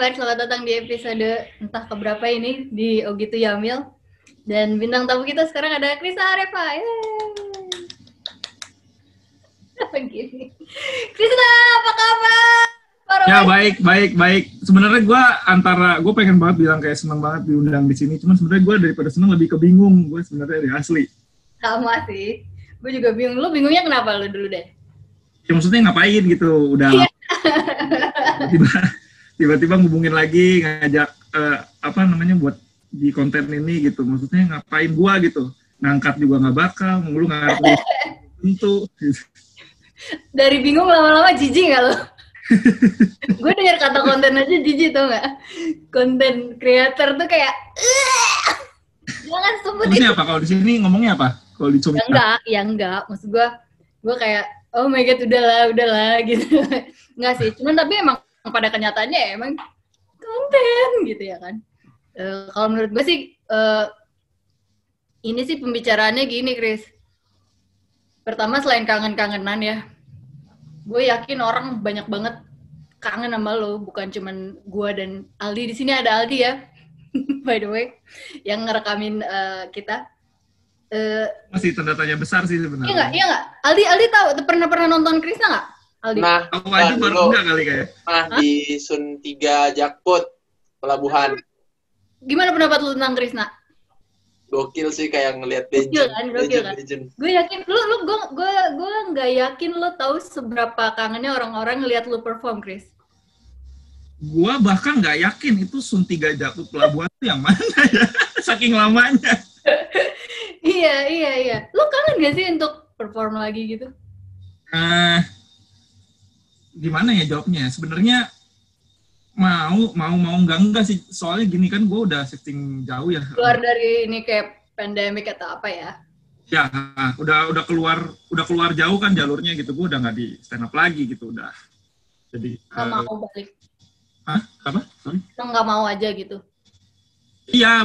kabar? Selamat datang di episode entah keberapa ini di Oh Gitu Yamil. Dan bintang tamu kita sekarang ada Krisna Areva. Krisna, apa kabar? Ya baik. Sebenarnya gue pengen banget bilang kayak seneng banget diundang di sini. Cuman sebenarnya gue daripada seneng lebih ke bingung. Gue sebenarnya asli. Sama sih. Gue juga bingung. Lu bingungnya kenapa lu dulu deh? Ya maksudnya ngapain gitu? Udah tiba-tiba ngubungin lagi ngajak buat di konten ini gitu. Maksudnya ngapain gue gitu? Ngangkat juga nggak bakal. Lu nggak tentu. Dari bingung lama-lama jijik nggak lo? Gue denger kata konten aja jijik tau nggak? Konten creator tuh kayak jangan sebut itu. Apa kalau di sini ngomongnya apa? Kalau di Zoom ya enggak. Maksud gue kayak oh my god udahlah gitu. Enggak sih. Cuman tapi emang pada kenyataannya ya emang konten gitu ya kan. Kalau menurut gue sih ini sih pembicaraannya gini, Chris. Pertama selain kangen-kangenan ya, gue yakin orang banyak banget kangen sama lo, bukan cuman gue dan Aldi. Di sini ada Aldi ya, by the way, yang ngerekamin kita. Masih tanda tanya besar sih sebenarnya. Iya nggak? Aldi tahu pernah nonton Krisna nggak? Aldi. Nah, aku aja baru enggak kali kayak. Di Sun 3 Jakput Pelabuhan. Gimana pendapat lu tentang Krisna? Gokil sih kayak ngelihat Gokil kan? Gue yakin gue nggak yakin lo tahu seberapa kangennya orang-orang ngelihat lo perform, Chris. Gue bahkan nggak yakin itu Sun 3 Jakput Pelabuhan itu yang mana ya, saking lamanya. Iya. Lo kangen gak sih untuk perform lagi gitu? Gimana ya jawabnya? Sebenarnya mau enggak sih, soalnya gini kan gue udah shifting jauh ya. Keluar dari ini kayak pandemik atau apa ya? Ya, udah keluar jauh kan jalurnya gitu. Gue udah nggak di stand up lagi gitu udah. Jadi nggak mau balik. Hah? Apa? Sorry? Lo nggak mau aja gitu? Iya,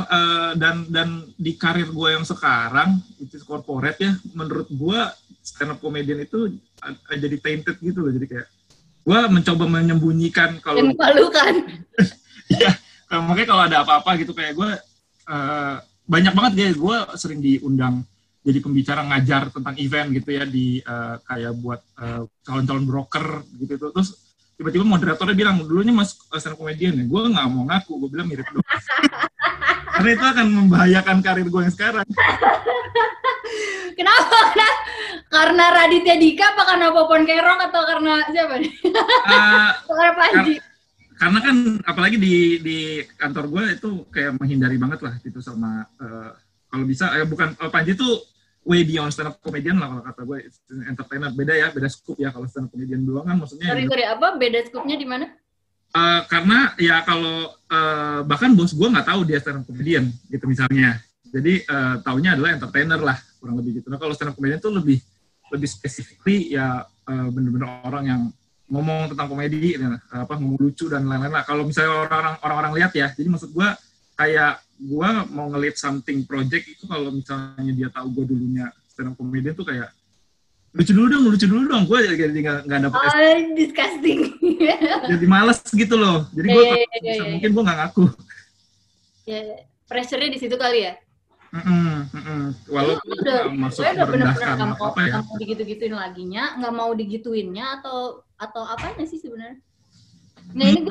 dan di karir gue yang sekarang itu corporate ya, menurut gue stand up comedian itu jadi tainted gitu loh. Jadi kayak gue mencoba menyembunyikan kalau memalukan. Iya, makanya kalau ada apa-apa gitu kayak gue banyak banget ya, gue sering diundang jadi pembicara ngajar tentang event gitu ya di kayak buat calon-calon broker gitu. Terus tiba-tiba moderatornya bilang, dulunya mas stand up comedian ya, gue nggak mau ngaku, gue bilang mirip dong. Karena itu akan membahayakan karir gue yang sekarang. Kenapa? Karena Raditya Dika apa karena Popon Kerong atau karena siapa nih? Karena Panji. Karena kan apalagi di kantor gue itu kayak menghindari banget lah gitu sama kalau bisa bukan Panji tuh way beyond stand up comedian lah kalau kata gue, entertainer. Beda scoop ya kalau stand up comedian doang kan maksudnya. Sorry apa? Beda scoopnya di mana? Karena ya kalau bahkan bos gue nggak tahu dia stand up comedian gitu misalnya. Jadi taunya adalah entertainer lah kurang lebih gitu. Nah kalau stand up comedian tuh lebih specifically ya bener-bener orang yang ngomong tentang komedi, ngomong lucu dan lain-lain lah. Kalau misalnya orang-orang lihat ya, jadi maksud gue kayak gue mau nge-lead something project itu kalau misalnya dia tahu gue dulunya stand up comedian tuh kayak lucu dulu dong, gue jadi nggak dapet disgusting. Jadi males gitu loh. Jadi gue mungkin gue nggak ngaku. Ya, pressure-nya di situ kali ya. Walaupun maksud merendahkan apa ya? Nggak mau digituin laginya, nggak mau digituinnya atau apanya sih sebenarnya? Nah ini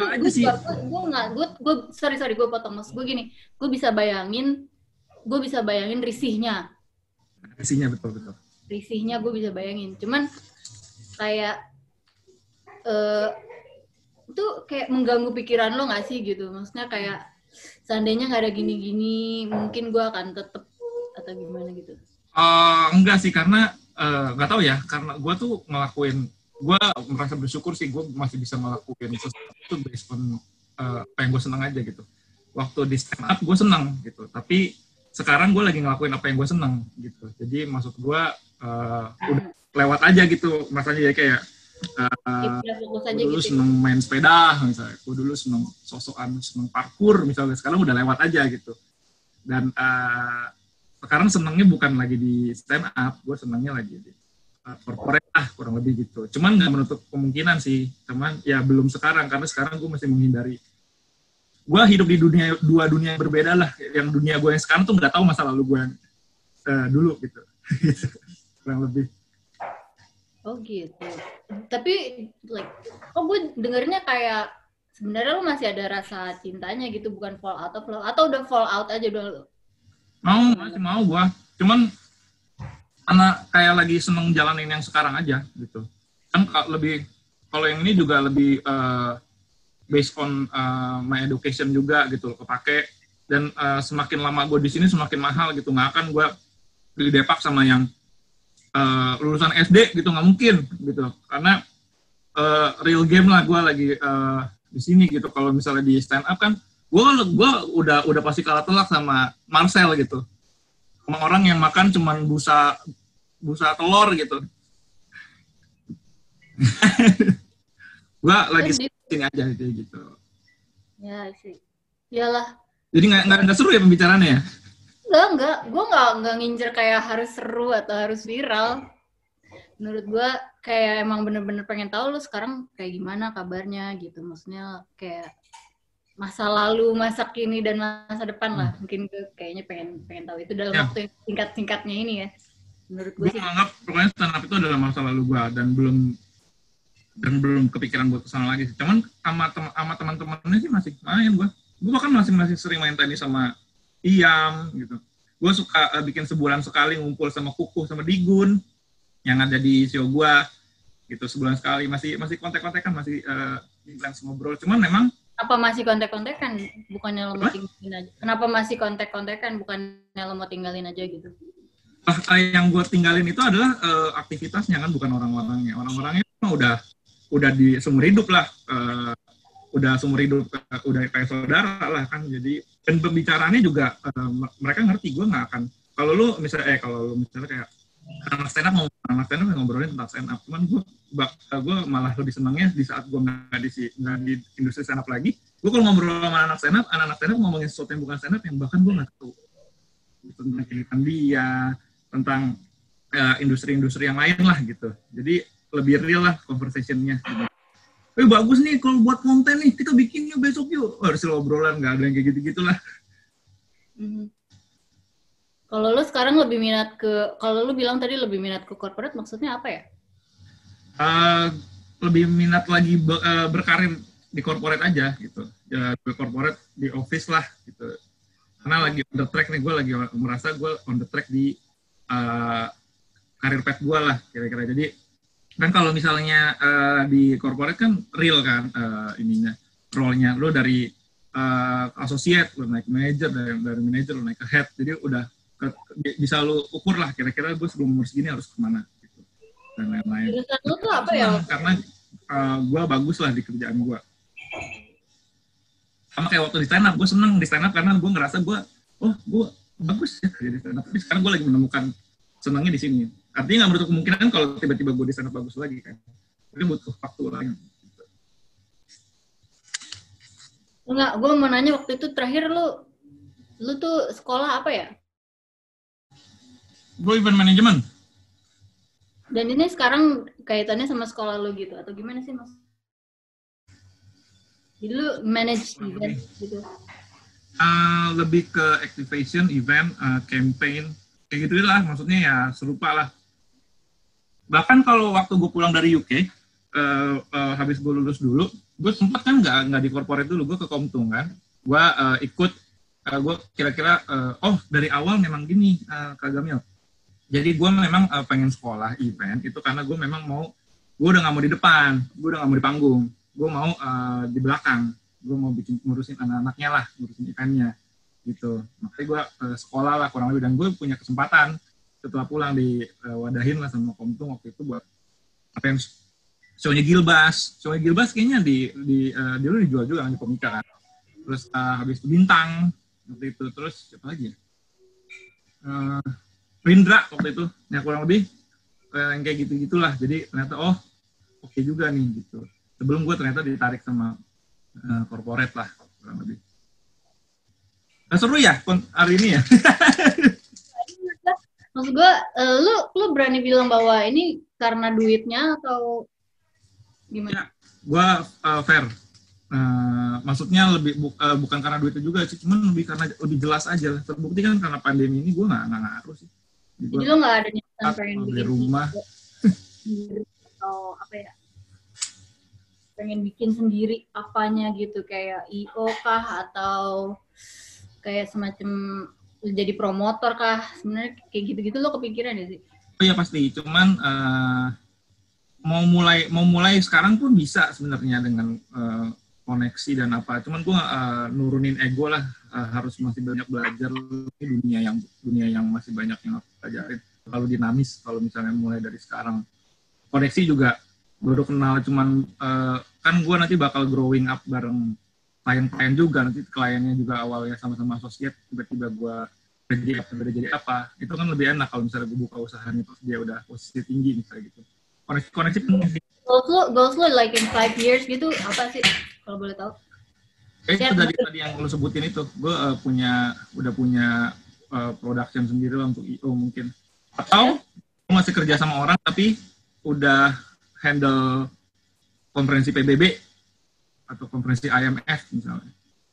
gue sorry gue potong, mas gue gini, gue bisa bayangin risihnya. Risihnya betul. Risihnya gue bisa bayangin, cuman kayak itu kayak mengganggu pikiran lo nggak sih gitu? Maksudnya kayak seandainya nggak ada gini-gini, mungkin gue akan tetep atau gimana gitu? Enggak sih, karena nggak tahu ya, karena gue tuh gue merasa bersyukur sih, gue masih bisa ngelakuin sesuatu based on apa yang gue senang aja gitu. Waktu di stand up gue senang gitu, tapi sekarang gue lagi ngelakuin apa yang gue senang gitu. Jadi maksud gue udah lewat aja gitu, masanya ya kayak dulu seneng main sepeda misalnya, gue dulu seneng seneng parkour misalnya, sekarang udah lewat aja gitu. Dan sekarang senengnya bukan lagi di stand up, gue senengnya lagi di corporate lah kurang lebih gitu. Cuman nggak menutup kemungkinan sih, cuman ya belum sekarang karena sekarang gue masih menghindari gue hidup di dua dunia yang berbeda lah. Yang dunia gue yang sekarang tuh nggak tahu masa lalu gue yang dulu gitu. Kurang lebih. Oh gitu. Tapi like, gue dengernya kayak sebenarnya lu masih ada rasa cintanya gitu, bukan fall out of love, atau udah fall out aja udah lu? Masih mau gue. Cuman karena kayak lagi seneng jalanin yang sekarang aja gitu. Kan lebih, kalau yang ini juga lebih based on my education juga gitu, kepake. Dan semakin lama gue di sini semakin mahal gitu. Nggak akan gue didepak sama yang lulusan SD gitu, nggak mungkin gitu. Karena real game lah gue lagi di sini gitu. Kalau misalnya di stand up kan, gue udah pasti kalah telak sama Marcel gitu. Sama orang yang makan cuman busa telur gitu. Gue lagi sini aja gitu. Ya sih. Iyalah. Jadi nggak seru ya pembicaraannya ya? Enggak. Gue nggak ngincer kayak harus seru atau harus viral. Menurut gue kayak emang bener-bener pengen tahu lu sekarang kayak gimana kabarnya gitu. Maksudnya kayak masa lalu, masa kini, dan masa depan lah. Mungkin gue kayaknya pengen tahu itu dalam waktu yang singkat-singkatnya ini ya. Menurut gue menganggap pokoknya stand up itu adalah masa lalu gue dan belum kepikiran buat kesana lagi sih. Cuman sama teman-temannya sih masih main gue bahkan masih sering main tenis sama Iam gitu. Gue suka bikin sebulan sekali ngumpul sama Kukuh sama Digun yang ada di show gue gitu, sebulan sekali masih kontek-kontekan, masih intens ngobrol. Cuman memang apa masih kontek-kontekan, bukannya lo mau tinggalin aja? Kenapa masih kontek-kontekan, bukannya lo mau tinggalin aja gitu? Yang gue tinggalin itu adalah aktivitasnya kan, bukan orang-orangnya. Orang-orangnya udah di seumur hidup lah, udah seumur hidup, udah kayak saudara lah kan. Jadi dan pembicaraannya juga mereka ngerti. Gue nggak akan, kalau lu misalnya kayak anak stand up ngobrolin tentang stand up, cuman gue malah lebih senangnya di saat gue nggak di industri stand up lagi. Gue kalau ngobrol sama anak stand up ngomongin sesuatu yang bukan stand up yang bahkan gue nggak tahu tentang kehidupan dia, tentang industri-industri yang lain lah gitu. Jadi lebih real lah conversation-nya. Bagus nih kalau buat konten nih, kita bikin yuk besok yuk. Harus obrolan, nggak ada yang kayak gitu-gitu lah. Kalau lu sekarang lebih minat kalau lu bilang tadi lebih minat ke corporate, maksudnya apa ya? Lebih minat lagi berkarir di corporate aja gitu. Ya, di corporate, di office lah gitu. Karena lagi on the track nih, gue lagi merasa gue on the track di karir path gue lah kira-kira. Jadi kan kalau misalnya di corporate kan real kan ininya, role-nya lo dari associate lo naik manager, dari manager lo naik ke head, jadi udah bisa lo ukur lah kira-kira gue sebelum umur segini harus kemana gitu dan lain-lain. Jurusan lo tuh apa ya? Karena gue bagus lah di kerjaan gue. Sama kayak waktu di stand up, gue seneng di stand up karena gue ngerasa gue bagus ya kerja di stand up. Tapi sekarang gue lagi menemukan senangnya di sini. Artinya nggak menutup kemungkinan kalau tiba-tiba gue di stand up bagus lagi kan. Tapi butuh faktor lain. Enggak, gue mau nanya waktu itu terakhir lu tuh sekolah apa ya? Gue event management. Dan ini sekarang kaitannya sama sekolah lu gitu atau gimana sih Mas? Jadi lu manage event gitu? Lebih ke activation, event, campaign, kayak gitu lah. Maksudnya ya serupa lah. Bahkan kalau waktu gue pulang dari UK, habis gue lulus dulu, gue sempat kan nggak di corporate dulu, gue ke Komtung kan. Gue ikut, gue kira-kira, dari awal memang gini, Kak Gamil. Jadi gue memang pengen sekolah event, itu karena gue memang gue udah nggak mau di depan, gue udah nggak mau di panggung. Gue mau di belakang, gue mau ngurusin anak-anaknya lah, ngurusin eventnya gitu. Makanya gue sekolah lah kurang lebih, dan gue punya kesempatan setelah pulang wadahin lah sama Komtung waktu itu buat apa yang show-nya Gilbas kayaknya dulu dijual juga di Komika kan. Terus habis itu Bintang waktu itu, terus siapa lagi ya? Rindra waktu itu, ya kurang lebih yang kayak gitu-gitulah. Jadi ternyata oke juga nih gitu. Sebelum gue ternyata ditarik sama corporate lah, kurang lebih. Seru ya hari ini ya? Maksud gue, lu berani bilang bahwa ini karena duitnya atau gimana? Ya, gue fair. Maksudnya bukan karena duitnya juga sih, cuman lebih karena lebih jelas aja. Terbukti kan karena pandemi ini gue nggak ngaruh sih. Jadi lo nggak ada niatan pengen beli bikin rumah atau apa ya? Pengen bikin sendiri apanya gitu, kayak IO kah atau kayak semacam jadi promotor kah? Sebenarnya kayak gitu-gitu lo kepikiran ya sih? Oh iya pasti, cuman mau mulai sekarang pun bisa sebenarnya dengan koneksi dan apa. Cuman gue nurunin ego lah, harus masih banyak belajar. Ini dunia yang masih banyak yang harus pelajarin. Terlalu dinamis kalau misalnya mulai dari sekarang. Koneksi juga baru kenal, cuman kan gue nanti bakal growing up bareng klien-klien juga. Nanti kliennya juga awalnya sama-sama associate, tiba-tiba gue jadi apa. Itu kan lebih enak kalau misalnya gue buka usahanya terus dia udah posisi tinggi misalnya gitu. Koneksi penting. Goals lo like in 5 years gitu apa sih kalau boleh tahu? Itu tadi yang lo sebutin itu, gue udah punya production sendiri lah untuk IO mungkin. Atau gue masih kerja sama orang tapi udah handle konferensi PBB atau konferensi IMF misalnya.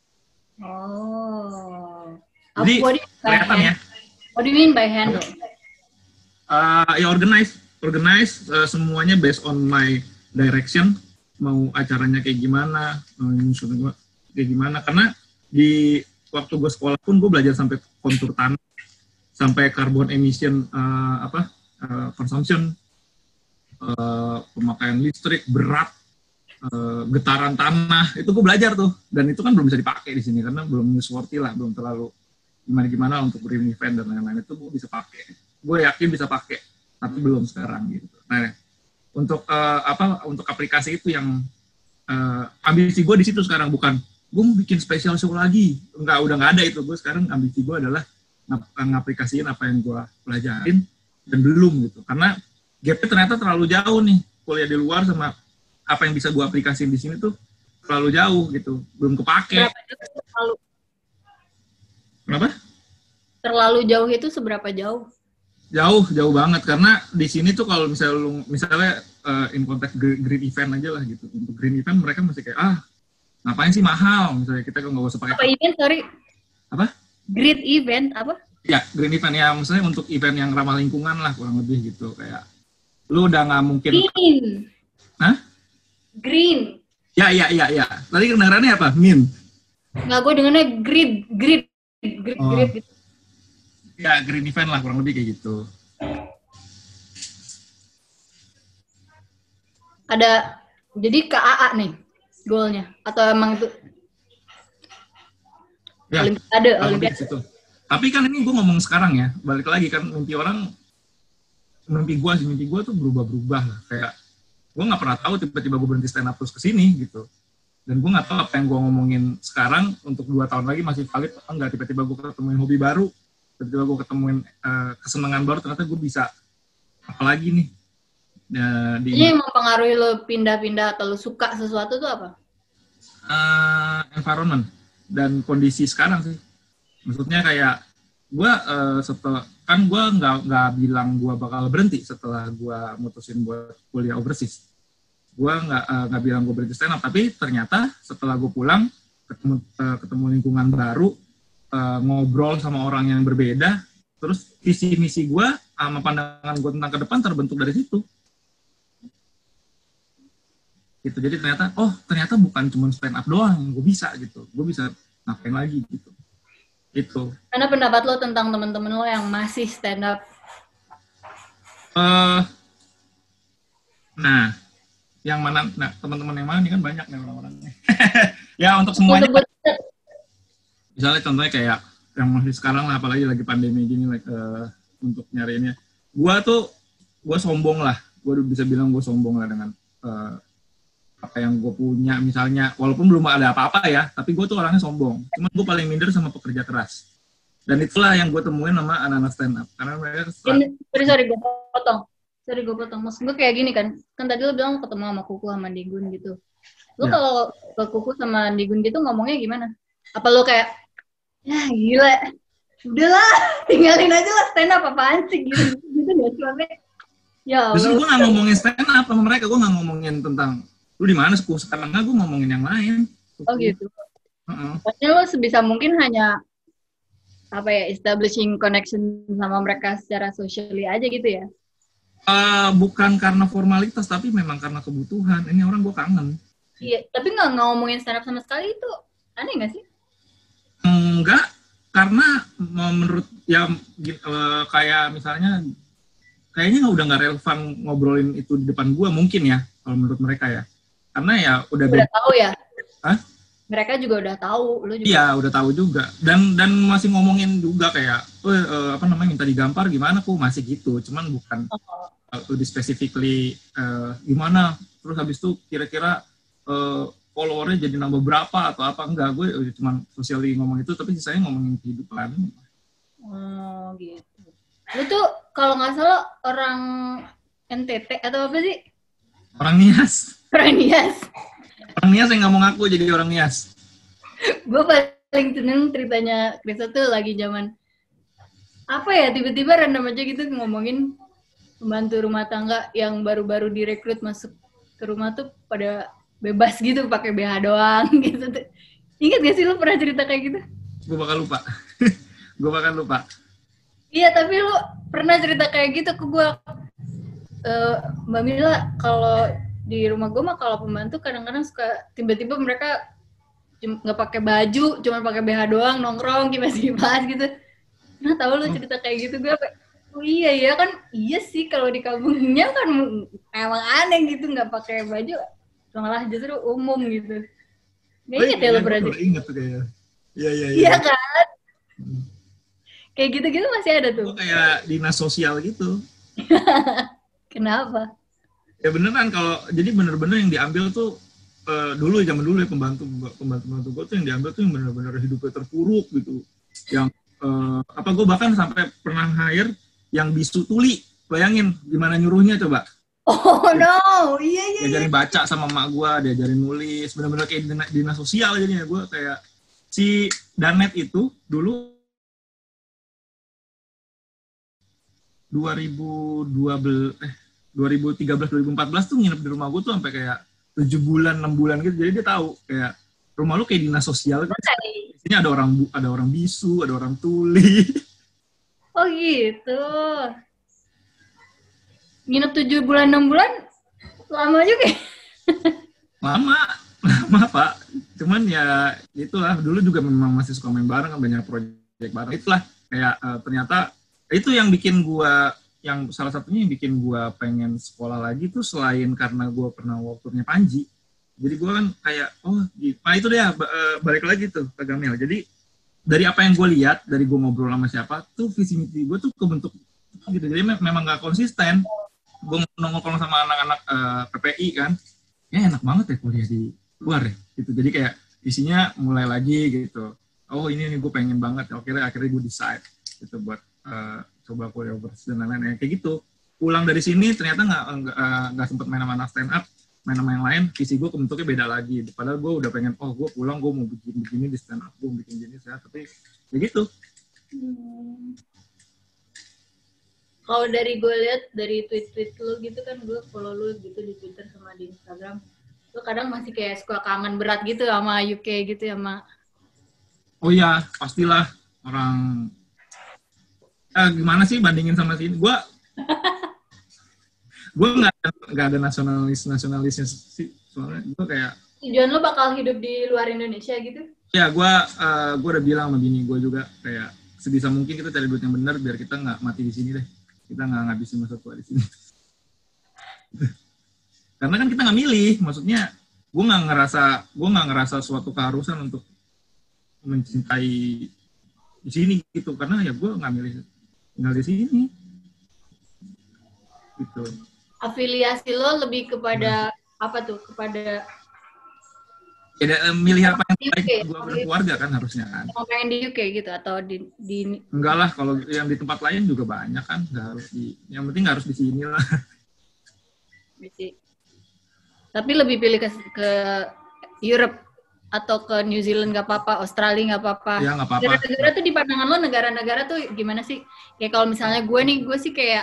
Oh. Jadi kelihatan ya. What do you mean by handle? Ya organize semuanya based on my direction, mau acaranya kayak gimana, kayak gimana. Karena di waktu gue sekolah pun gue belajar sampai kontur tanah, sampai carbon emission consumption, pemakaian listrik, berat, getaran tanah, itu gue belajar tuh. Dan itu kan belum bisa dipakai di sini karena belum newsworthy lah, belum terlalu gimana untuk green event dan lain-lain. Itu gue bisa pakai. Gue yakin bisa pakai, tapi belum sekarang gitu. Nah, untuk untuk aplikasi itu yang ambisi gue di situ sekarang, bukan gue mau bikin special show lagi. Udah nggak ada itu. Gue sekarang ambisi gue adalah ngaplikasiin apa yang gue pelajarin dan belum gitu. Karena gapnya ternyata terlalu jauh nih, kuliah di luar sama apa yang bisa gue aplikasiin di sini tuh terlalu jauh gitu, belum kepake. Kenapa? Terlalu jauh itu seberapa jauh? Jauh banget, karena di sini tuh kalau misalnya in konteks green event aja lah gitu. Untuk green event mereka masih kayak ngapain sih mahal, misalnya kita nggak usah pakai. Apa event, sorry? Apa? Green event apa? Ya, green event ya, maksudnya untuk event yang ramah lingkungan lah kurang lebih gitu. Kayak lu udah nggak mungkin. Green. Hah? Green. Ya. Tadi kedengarannya apa? Min? Nggak, gue dengarnya grid gitu. Ya, green event lah kurang lebih kayak gitu. Ada, jadi KAA nih goalnya, atau emang itu ya, Olimpiade situ. Tapi kan ini gue ngomong sekarang ya, balik lagi kan mimpi gue tuh berubah-berubah lah. Kayak gue nggak pernah tahu tiba-tiba gue berhenti stand up terus kesini gitu. Dan gue nggak tahu apa yang gue ngomongin sekarang untuk 2 tahun lagi masih valid atau enggak. Tiba-tiba gue ketemuin hobi baru, tiba-tiba gue ketemuin kesenangan baru, ternyata gue bisa apa lagi nih. Ini yang mempengaruhi lo pindah-pindah atau lo suka sesuatu tuh apa? Environment dan kondisi sekarang sih. Maksudnya kayak gue kan gue nggak bilang gue bakal berhenti setelah gue mutusin buat kuliah overseas. Gue nggak bilang gue berhenti stand up, tapi ternyata setelah gue pulang ketemu lingkungan baru, ngobrol sama orang yang berbeda, terus visi misi gue sama pandangan gue tentang ke depan terbentuk dari situ. Gitu. Jadi ternyata bukan cuma stand up doang yang gue bisa gitu. Gue bisa ngapain lagi gitu. Itu. Karena pendapat lo tentang teman-teman lo yang masih stand up? Yang mana? Nah, teman-teman yang mana nih kan banyak nih orang-orangnya. Ya untuk semuanya. Misalnya contohnya kayak yang masih sekarang lah, apalagi lagi pandemi gini, untuk nyariinnya. Gue sombong lah. Gue bisa bilang gue sombong lah dengan apa yang gue punya, misalnya walaupun belum ada apa-apa ya, tapi gue tuh orangnya sombong. Cuman gue paling minder sama pekerja keras. Dan itulah yang gue temuin sama anak-anak stand up. Karena mereka sorry gue potong. Maksud gue kayak gini kan tadi lo bilang ketemu sama Kuku sama Digun gitu. Lo kalau ke Kuku sama Digun gitu ngomongnya gimana? Apa lo kayak, ya gila, udahlah tinggalin aja lah stand up, apaan sih gitu gak sih? Ya, justru gue gak ngomongin stand up sama mereka, gue gak ngomongin tentang lu di mana sekarang, gue ngomongin yang lain. Oh gitu. Heeh. Pokoknya lo sebisa mungkin hanya establishing connection sama mereka secara socially aja gitu ya. Bukan karena formalitas, tapi memang karena kebutuhan. Ini orang gue kangen. Iya, tapi nggak ngomongin stand up sama sekali itu aneh nggak sih? Enggak, karena menurut kayak misalnya kayaknya udah nggak relevan ngobrolin itu di depan gue mungkin ya kalau menurut mereka ya. Karena ya udah tahu ya. Hah? Mereka juga udah tahu, lu juga. Iya, udah tahu juga. Dan masih ngomongin juga kayak minta digampar gimana kok masih gitu. Cuman bukan lebih specifically gimana. Terus habis itu kira-kira followernya jadi nambah berapa atau apa, enggak. Gue cuma socially ngomong itu, tapi sisanya ngomongin kehidupan. Oh gitu. Lu tuh kalau nggak salah orang NTT atau apa sih? Orang Nias. Orang Nias. Orang Nias yang nggak mau ngaku jadi orang Nias. Gue paling seneng ceritanya Krista tuh lagi zaman apa ya, tiba-tiba random aja gitu ngomongin pembantu rumah tangga yang baru-baru direkrut masuk ke rumah tuh pada bebas gitu pakai BH doang gitu tuh. Ingat gak sih lu pernah cerita kayak gitu? Gue bakal lupa. Iya, tapi lu pernah cerita kayak gitu ke gue. Mbak Mila, kalau di rumah gue mah kalau pembantu kadang-kadang suka tiba-tiba mereka nggak pakai baju, cuma pakai BH doang, nongkrong kipas-kipas gitu. Nah, tahu lu cerita kayak gitu, gue oh iya kan, iya sih kalau di kampungnya kan emang aneh gitu nggak pakai baju, malah justru umum gitu. Nggak inget ya lo berarti? Ingat tuh kayaknya. Iya. Iya kan? Kayak gitu-gitu masih ada tuh. Gue kayak dinas sosial gitu. Kenapa? Ya beneran jadi bener-bener yang diambil tuh zaman dulu ya pembantu gue tuh yang diambil tuh yang bener-bener hidupnya terpuruk gitu. Yang gue bahkan sampai pernah hire yang bisu tuli. Bayangin gimana nyuruhnya coba. Oh no, iya. Diajarin baca sama emak gue, diajarin nulis, bener-bener kayak dinas sosial jadinya. Gue kayak si Danet itu dulu 2013-2014 tuh nginep di rumah gue tuh sampai kayak 7 bulan, 6 bulan gitu. Jadi dia tahu kayak rumah lu kayak dinas sosial gitu. Di sini ada orang bisu, ada orang tuli. Oh gitu. Nginep 7 bulan, 6 bulan lama juga. Lama Pak. Cuman ya itulah, dulu juga memang masih suka main bareng, banyak proyek bareng. Itulah kayak ternyata itu yang bikin gua, yang salah satunya yang bikin gua pengen sekolah lagi tuh selain karena gua pernah waktunya Panji. Jadi gua kan kayak nah itu dia balik lagi tuh ke Gamil. Jadi dari apa yang gua lihat, dari gua ngobrol sama siapa tuh visi misi gua tuh kebentuk gitu. Jadi memang nggak konsisten. Gua nongkrong sama anak-anak PPI kan, ya enak banget ya kuliah di luar ya gitu. Jadi kayak isinya mulai lagi gitu. Oh ini gue pengen banget. Akhirnya gue decide gitu buat coba kuliah overseas dan lain-lain kayak gitu. Pulang dari sini ternyata nggak sempet main sama anak stand up, main sama yang lain. Visi gue kebentuknya beda lagi. Padahal gue udah pengen gue pulang gue mau bikin begini di stand up, gue bikin gini saya, tapi kayak gitu. Kalau dari gue lihat dari tweet lu gitu kan, gue follow lu gitu di Twitter sama di Instagram, lu kadang masih kayak suka kangen berat gitu sama UK gitu sama. Oh iya, pastilah orang. Gimana sih bandingin sama sini? Gue nggak ada nasionalisnya sih. Soalnya gue kayak. Tujuan lu bakal hidup di luar Indonesia gitu? Ya, gue udah bilang sama bini gue juga kayak sebisa mungkin kita cari duit yang benar biar kita nggak mati di sini deh. Kita nggak ngabisin masa tua di sini. Karena kan kita nggak milih, maksudnya gue nggak ngerasa suatu keharusan untuk mencintai di sini gitu, karena ya gue nggak milih tinggal di sini. Gitu. Afiliasi lo lebih kepada apa tuh? Kepada ya milih apa yang baik gue berkeluarga kan harusnya kan. Mau pengen di UK gitu atau di enggak lah, kalau yang di tempat lain juga banyak kan, nggak harus yang penting nggak harus di sini lah. Tapi lebih pilih ke Europe atau ke New Zealand nggak apa-apa, Australia nggak apa-apa. Ya nggak apa-apa. Negara-negara tuh di pandangan lo negara-negara tuh gimana sih? Kayak kalau misalnya gue sih kayak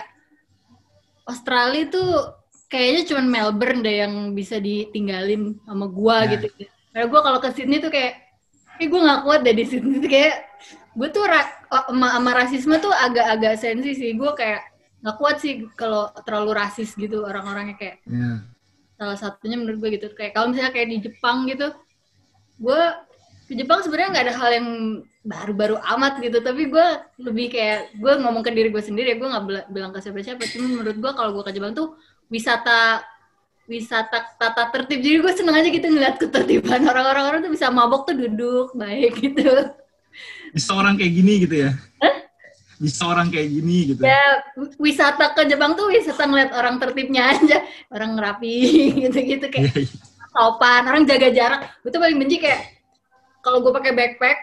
Australia tuh kayaknya cuma Melbourne deh yang bisa ditinggalin sama gue gitu. Karena gue kalau ke Sydney tuh kayak gue nggak kuat deh di Sydney. Kayak gue tuh sama rasisme tuh agak-agak sensi sih. Gue kayak nggak kuat sih kalau terlalu rasis gitu orang-orangnya kayak. Salah satunya menurut gue gitu. Kayak kalau misalnya kayak di Jepang gitu, gue ke Jepang sebenarnya nggak ada hal yang baru-baru amat gitu, tapi gue lebih kayak gue ngomong ke diri gue sendiri ya, gue nggak bilang ke siapa-siapa. Cuma menurut gue kalau gue ke Jepang tuh wisata tata tertib, jadi gue seneng aja gitu ngeliat ketertiban orang tuh bisa mabok tuh duduk baik gitu. Bisa orang kayak gini gitu ya? Bisa orang kayak gini gitu. Ya, wisata ke Jepang tuh wisata ngeliat orang tertibnya aja, orang rapi gitu-gitu kayak sopan, orang jaga jarak. Gue tuh paling benci kayak kalau gue pakai backpack,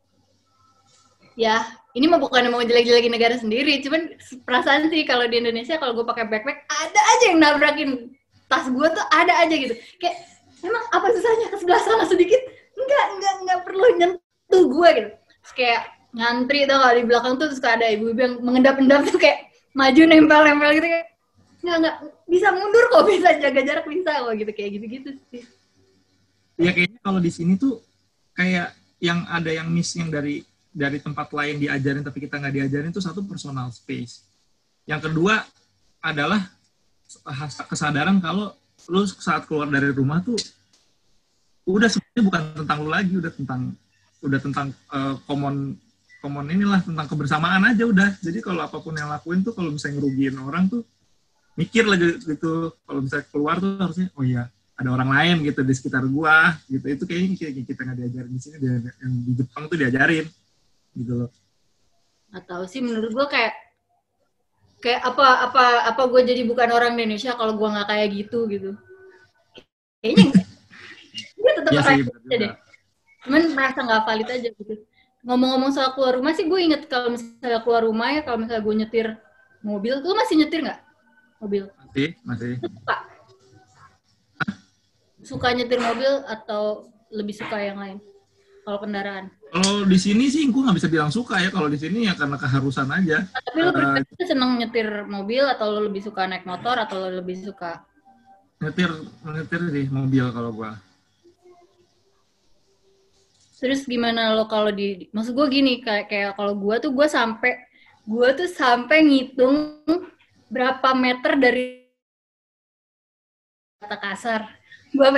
ya ini mah bukan mau jelek-jelekin negara sendiri, cuman perasaan sih kalau di Indonesia kalau gue pakai backpack ada aja yang nabrakin tas gue tuh, ada aja gitu. Kayak emang apa susahnya ke sebelah sana sedikit? Enggak perlu nyentuh gue gitu. Terus kayak ngantri tau gak di belakang tuh terus ada ibu-ibu yang mengendap-endap tuh kayak maju nempel-nempel gitu kayak nggak bisa mundur kok, bisa jaga jarak bisa kok gitu, kayak gitu-gitu sih. Ya kayaknya kalau di sini tuh kayak yang ada yang miss yang dari tempat lain diajarin tapi kita nggak diajarin tuh, satu personal space. Yang kedua adalah kesadaran kalau lu saat keluar dari rumah tuh udah sebenarnya bukan tentang lu lagi, udah tentang common inilah, tentang kebersamaan aja udah. Jadi kalau apapun yang lakuin tuh kalau misalnya ngerugiin orang tuh mikir lagi gitu. Kalau misalnya keluar tuh harusnya oh iya ada orang lain gitu di sekitar gua gitu. Itu kayaknya kita nggak diajarin di sini, yang di Jepang tuh diajarin gitu loh. Nggak tahu sih, menurut gua kayak apa gue jadi bukan orang Indonesia kalau gue nggak kayak gitu kayaknya gue tetap ya aja deh, cuman merasa nggak valid aja gitu. Ngomong-ngomong soal keluar rumah sih, gue inget kalau misalnya keluar rumah ya, kalau misalnya gue nyetir mobil, lu masih nyetir nggak mobil? Masih. Suka nyetir mobil atau lebih suka yang lain kalau kendaraan? Kalau di sini sih gue nggak bisa bilang suka ya, kalau di sini ya karena keharusan aja. Tapi lu seneng nyetir mobil atau lu lebih suka naik motor atau lu lebih suka nyetir sih mobil kalau gue. Terus gimana lo kalau maksud gue gini, kayak kalau gue tuh sampai ngitung berapa meter dari kata kasar. Gue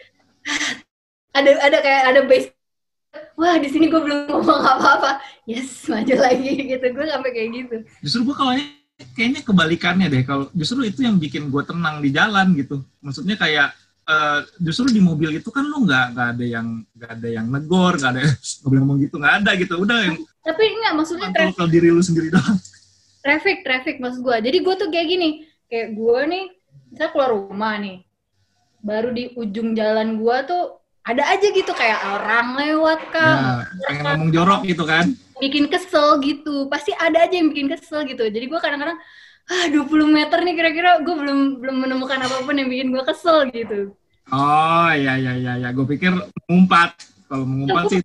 ada base. Wah, di sini gue belum ngomong apa-apa. Yes, maju lagi gitu. Gue sampai kayak gitu. Justru gue kalau kayaknya kebalikannya deh. Kalau justru itu yang bikin gue tenang di jalan gitu. Maksudnya kayak justru di mobil itu kan lu nggak ada yang negor, nggak ada nggak boleh ngomong gitu, nggak ada gitu. Udah yang. Tapi enggak, maksudnya kalau diri lu sendiri doang. Traffic maksud gue. Jadi gue tuh kayak gini, kayak gue nih, misalnya keluar rumah nih, baru di ujung jalan gue tuh ada aja gitu kayak orang lewat kan. Ya, pengen ngomong jorok gitu kan. Bikin kesel gitu. Pasti ada aja yang bikin kesel gitu. Jadi gue kadang-kadang 20 meter nih kira-kira gue belum menemukan apapun yang bikin gue kesel gitu. Oh, ya. Gue pikir mengumpat. Kalau mengumpat sih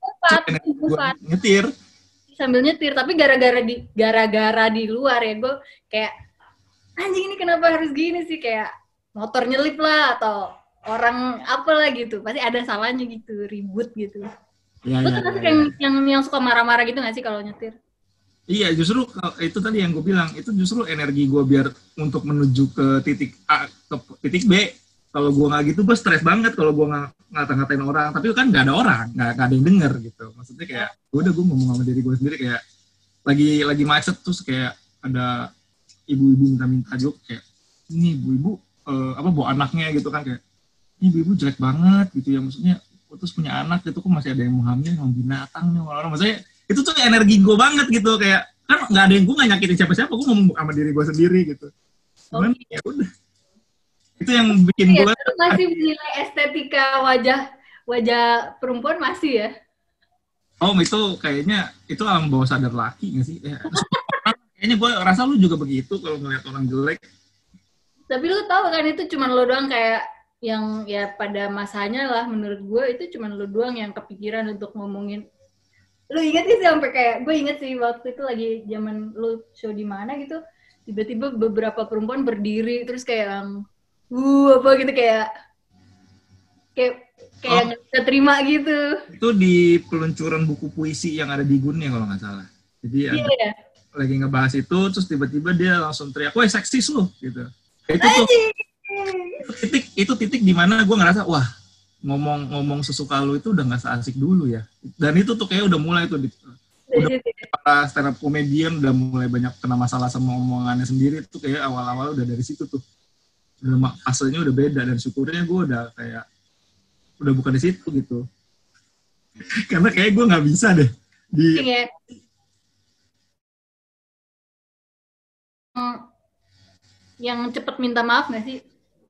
nyetir. Sambil nyetir, tapi gara-gara di luar ya gue kayak anjing ini kenapa harus gini sih, kayak motor nyelip lah atau orang apalah gitu, pasti ada salahnya gitu, ribut gitu. Lu termasuk yang suka marah-marah gitu nggak sih kalau nyetir? Iya, justru itu tadi yang gue bilang, itu justru energi gue biar untuk menuju ke titik A ke titik B. Kalau gue nggak gitu, gue stres banget kalau gue ngata-ngatain orang. Tapi kan nggak ada orang, nggak ada yang denger gitu. Maksudnya kayak, udah gue ngomong sama diri gue sendiri kayak lagi macet terus kayak ada ibu-ibu minta joke kayak, ini ibu-ibu bawa anaknya gitu kan, kayak ini ibu-ibu jelek banget gitu ya, maksudnya terus punya anak gitu kok masih ada yang mau hamil, mau binatang nih orang-orang. Maksudnya itu tuh energi gue banget gitu, kayak kan nggak ada yang gue nggak nyakitin siapa-siapa, gue ngomong sama diri gue sendiri gitu. Cuman ya udah, itu yang bikin gue masih menilai estetika wajah perempuan masih ya. Itu kayaknya itu alam bawah sadar laki nggak sih ya, kayaknya gue rasa lu juga begitu kalau ngeliat orang jelek. Tapi lu tahu kan itu cuma lu doang kayak yang ya pada masanya lah, menurut gue itu cuma lu doang yang kepikiran untuk ngomongin. Lu inget sih sampai kayak gue inget sih waktu itu lagi zaman lu show di mana gitu, tiba-tiba beberapa perempuan berdiri terus kayak apa gitu, kayak Kayak nggak bisa terima gitu. Itu di peluncuran buku puisi yang ada di Gunnya kalau nggak salah. Jadi Iya ada ya. lagi ngebahas itu, terus tiba-tiba dia langsung teriak, "Woi, seksis lu!" gitu. Itu tuh itu titik di mana gue ngerasa, wah, ngomong sesuka lu itu udah nggak seasik dulu ya. Dan itu tuh kayak udah mulai tuh udah para stand up comedian udah mulai banyak kena masalah sama omongannya sendiri, tuh kayak awal-awal udah dari situ tuh. Udah fasenya udah beda, dan syukurnya gue udah kayak udah bukan di situ gitu. Karena kayak gue nggak bisa deh di yang cepet minta maaf nggak sih?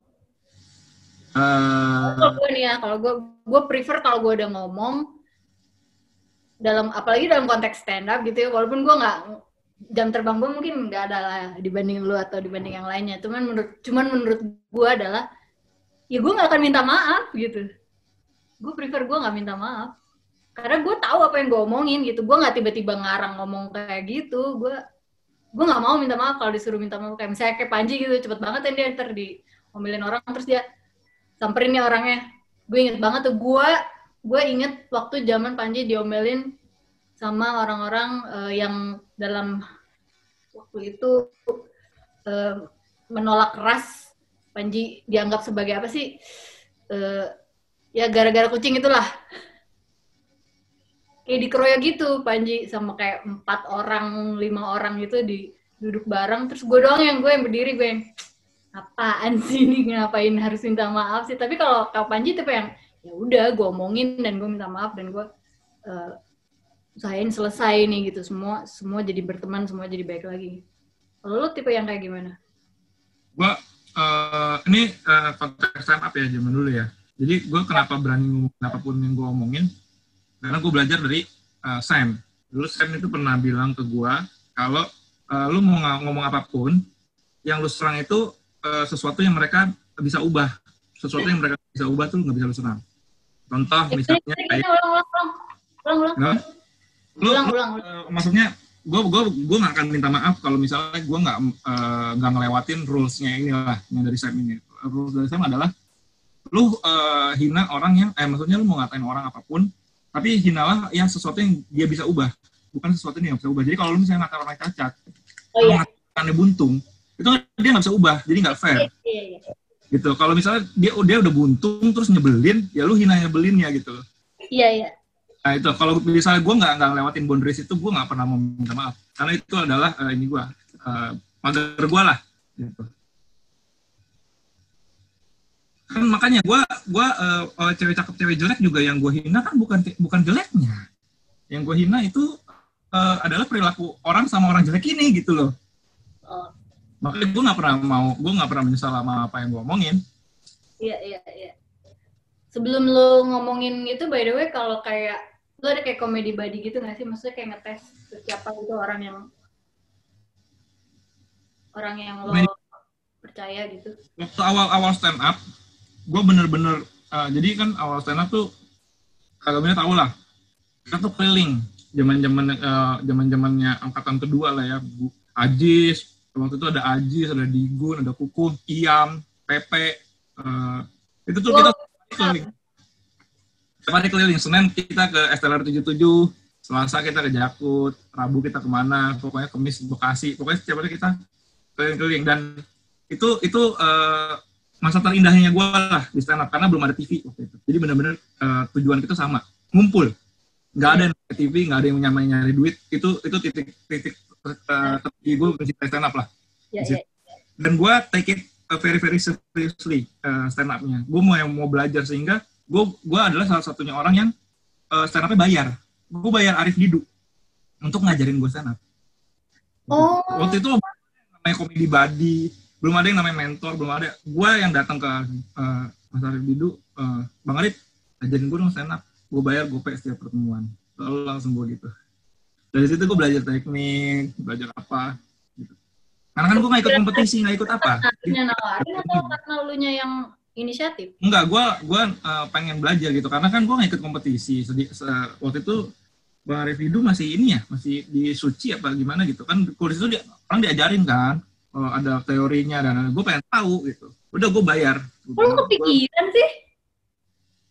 Kalau gue nih ya, kalau gue prefer kalau gue udah ngomong apalagi dalam konteks stand up gitu ya, walaupun gue nggak, jam terbang gue mungkin nggak ada lah dibanding lu atau dibanding yang lainnya, cuman menurut gue adalah ya gue nggak akan minta maaf gitu. Gue prefer gue nggak minta maaf karena gue tahu apa yang gue omongin gitu. Gue nggak tiba-tiba ngarang ngomong kayak gitu. Gue nggak mau minta maaf kalau disuruh minta maaf, kayak misalnya kayak Panji gitu, cepet banget ya dia ntar diomelin orang terus dia samperin nih orangnya. Gue inget banget tuh, gue inget waktu zaman Panji diomelin sama orang-orang yang dalam waktu itu menolak keras. Panji dianggap sebagai apa sih? Ya gara-gara kucing itulah. Kayak dikeroyok gitu Panji sama kayak 4 orang, 5 orang gitu duduk bareng, terus gue doang yang berdiri, gue yang apaan sih ini, ngapain harus minta maaf sih. Tapi kalau Kak Panji tipe yang ya udah gue omongin dan gue minta maaf dan gue usahain selesai nih gitu, semua jadi berteman, semua jadi baik lagi. Kalau lu tipe yang kayak gimana? Gue ini konteks stand up ya zaman dulu ya. Jadi gue kenapa berani ngomong apapun yang gue omongin, karena gue belajar dari Sam. Dulu Sam itu pernah bilang ke gue, kalau lu mau ngomong apapun, yang lu serang itu sesuatu yang mereka bisa ubah. Sesuatu yang mereka bisa ubah tuh nggak bisa lu serang. Contoh misalnya kayak... Ulang. Maksudnya, gue nggak akan minta maaf kalau misalnya gue nggak ngelewatin rules-nya inilah, yang dari Sam ini. Rules dari Sam adalah, lu hina orang yang, maksudnya lu mau ngatain orang apapun, tapi hinalah yang sesuatu yang dia bisa ubah, bukan sesuatu yang bisa ubah. Jadi kalau lu misalnya ngatain orang cacat, ngatain buntung, itu dia nggak bisa ubah, jadi nggak fair. Iya. Gitu. Kalau misalnya dia udah buntung terus nyebelin, ya lu hina nyebelinnya gitu. Iya. Nah itu, kalau misalnya gue nggak ngelewatin boundaries itu, gue nggak pernah mau minta maaf, karena itu adalah pagar gue lah. Gitu. Kan makanya gue cewek cakep cewek jelek juga yang gue hina kan bukan jeleknya, yang gue hina itu adalah perilaku orang sama orang jelek ini gitu loh. Makanya gue nggak pernah menyesal sama apa yang gue omongin. Iya. Sebelum lo ngomongin itu, by the way, kalau kayak lo ada kayak comedy buddy gitu nggak sih, maksudnya kayak ngetes siapa itu orang yang lo percaya gitu. Waktu awal stand up, gue bener-bener jadi kan awal stand up tuh kagaknya tau lah, kita tuh keliling zamannya angkatan kedua lah ya, Bu Ajis, waktu itu ada Ajis, ada Digun, ada Kuku, Iam, Pepe, itu tuh kita keliling. Setiap hari keliling, Senin kita ke STLR 77, Selasa kita ke Jakut, Rabu kita kemana, pokoknya Kamis Bekasi, pokoknya setiap hari kita keliling. Dan itu masa terindahnya gue lah di stand up, karena belum ada TV waktu itu. Jadi benar-benar tujuan kita sama, ngumpul. Nggak ada yang TV, nggak ada yang nyari duit. Itu titik tertinggi gue mencintai stand up lah. Yeah. Dan gue take it very very seriously stand up-nya. Gue mau belajar, sehingga gue adalah salah satunya orang yang stand up-nya bayar. Gue bayar Arif Didu untuk ngajarin gue stand up. Waktu itu namanya comedy buddy, belum ada yang namanya mentor, belum ada. Gue yang datang ke Mas Arif Didu, Bang Arif, ajarin gue dong stand up. Gue bayar GoPay setiap pertemuan. Lalu langsung gue gitu. Dari situ gue belajar teknik, belajar apa. Gitu. Karena kan gue nggak ikut kompetisi, nggak ikut apa. Atau karena lunya yang inisiatif? Enggak, gue pengen belajar gitu. Karena kan gue nggak ikut kompetisi. Waktu itu Bang Arif Didu masih ini ya, masih di Suci apa gimana gitu. Kan kuliah itu orang diajarin kan. Ada teorinya, dan gue pengen tahu gitu. Udah gue bayar. Lu kepikiran sih?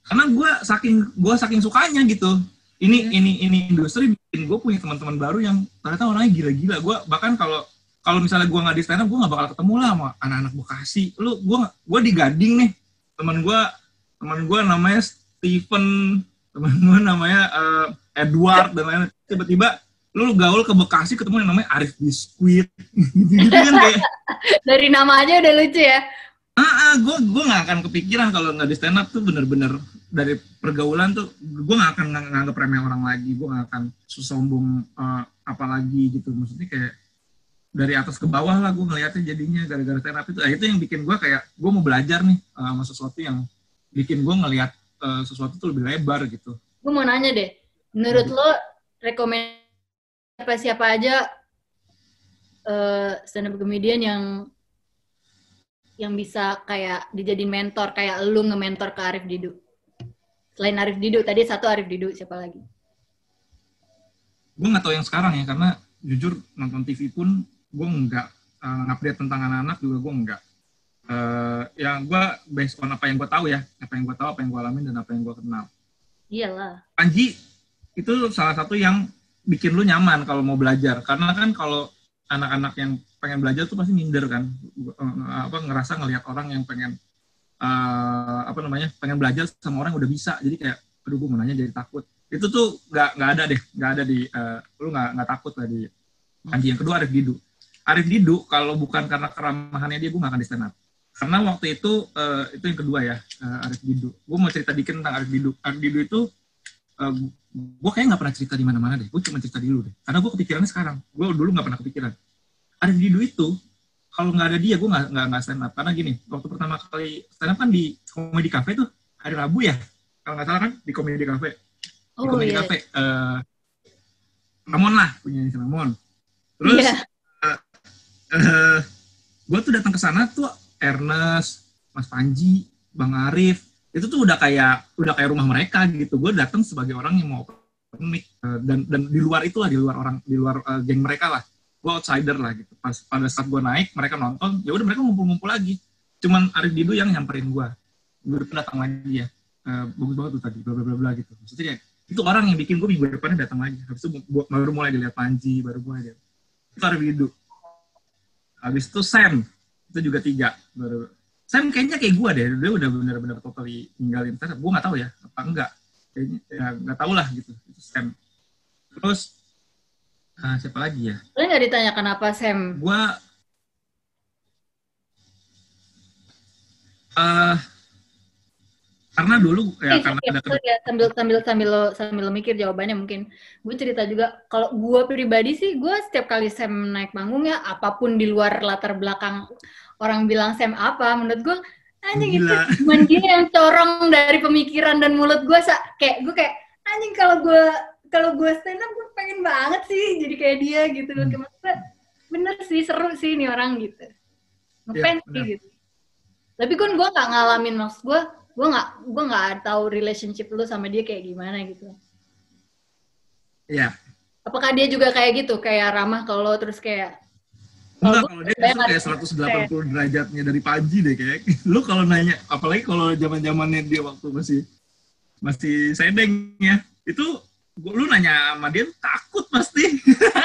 Karena gue saking sukanya gitu. Ini industri bikin gue punya teman-teman baru yang ternyata orangnya gila-gila. Gue bahkan kalau misalnya gue nggak di stand up, gue nggak bakal ketemu lah sama anak-anak Bekasi. Gue di Gading nih, teman gue namanya Steven, teman gue namanya Edward dan lain-lain. Tiba-tiba lu gaul ke Bekasi ketemu yang namanya Arif Biskuit, gitu kan kayak. Dari nama aja udah lucu ya. Gue nggak akan kepikiran kalau nggak di stand up tuh bener-bener dari pergaulan tuh gue nggak akan nganggap remeh orang lagi, gue nggak akan sombong apalagi gitu. Maksudnya kayak dari atas ke bawah lah gue ngeliatnya jadinya gara-gara stand up itu. Itu yang bikin gue kayak gue mau belajar nih sama sesuatu yang bikin gue ngeliat sesuatu tuh lebih lebar gitu. Gue mau nanya deh, menurut lo rekomendasi siapa aja stand up comedian yang bisa kayak dijadiin mentor, kayak lu nge-mentor ke Arif Didu? Selain Arif Didu, tadi satu Arif Didu, siapa lagi? Gue nggak tahu yang sekarang ya, karena jujur nonton TV pun gue nggak ngupdate tentang anak-anak juga gue nggak. Yang gue based on apa yang gue tahu ya, apa yang gue alamin dan apa yang gue kenal. Iyalah. Panji itu salah satu yang bikin lu nyaman kalau mau belajar, karena kan kalau anak-anak yang pengen belajar tuh pasti minder kan, ngerasa ngelihat orang yang pengen pengen belajar sama orang yang udah bisa, jadi kayak aduh gue mau nanya jadi takut. Itu tuh nggak ada di lu nggak takut lah di Panji. Yang kedua Arif Didu kalau bukan karena keramahannya dia gue nggak akan di stand up, karena waktu itu yang kedua ya, Arif Didu. Gue mau cerita dikit tentang Arif Didu itu gue kayak nggak pernah cerita di mana-mana deh, gue cuma cerita di lu deh, karena gue kepikirannya sekarang, gue dulu nggak pernah kepikiran. Arif Didu itu kalau nggak ada dia gue nggak stand up, karena gini, waktu pertama kali stand up kan di Comedy Cafe tuh hari Rabu ya kalau nggak salah kan, di Comedy Cafe. Di Comedy Cafe Ramon lah, punya Ramon. Terus gue tuh datang ke sana tuh Ernest, Mas Panji, Bang Arif, itu tuh udah kayak rumah mereka gitu. Gue datang sebagai orang yang mau open mic, dan di luar itulah, di luar geng mereka lah. Gue outsider lah gitu. Pada saat gue naik, mereka nonton, ya udah mereka ngumpul-ngumpul lagi. Cuman Arif Didu yang nyamperin gue. Gue datang lagi ya. Bagus banget tuh tadi, bla bla bla bla gitu. Maksudnya itu orang yang bikin gue minggu depannya datang lagi. Habis itu baru mulai dilihat Panji, baru mulai dilihat. Itu Arif Didu. Habis itu Sam, itu juga 3. Baru Sam kayaknya kayak gue deh, dia udah benar-benar totally ninggalin stand up. Gue nggak tahu ya, apa enggak. Kayaknya ya nggak tahu lah gitu. Itu Sam. Terus siapa lagi ya? Lo nggak ditanya kenapa Sam? Gue karena dulu ya karena ada sambil lo mikir jawabannya mungkin. Gue cerita juga, kalau gue pribadi sih, gue setiap kali Sam naik panggung ya, apapun di luar latar belakang orang bilang Sam apa, menurut gue anjing itu cuman dia yang corong dari pemikiran dan mulut gue, kayak anjing kalau gue stand up gue pengen banget sih jadi kayak dia gitu. Maksudnya bener sih, seru sih ini orang gitu, ngefans sih gitu. Tapi kan gue nggak ngalamin, maksud gue nggak tahu relationship lu sama dia kayak gimana gitu. Iya. Apakah dia juga kayak gitu, kayak ramah kalau terus kayak? Enggak, kalau dia justru kayak 180 derajatnya dari Panji deh kayak. Lu kalau nanya, apalagi kalau zaman-zamannya dia waktu masih sedeng ya, itu lu nanya sama dia takut pasti.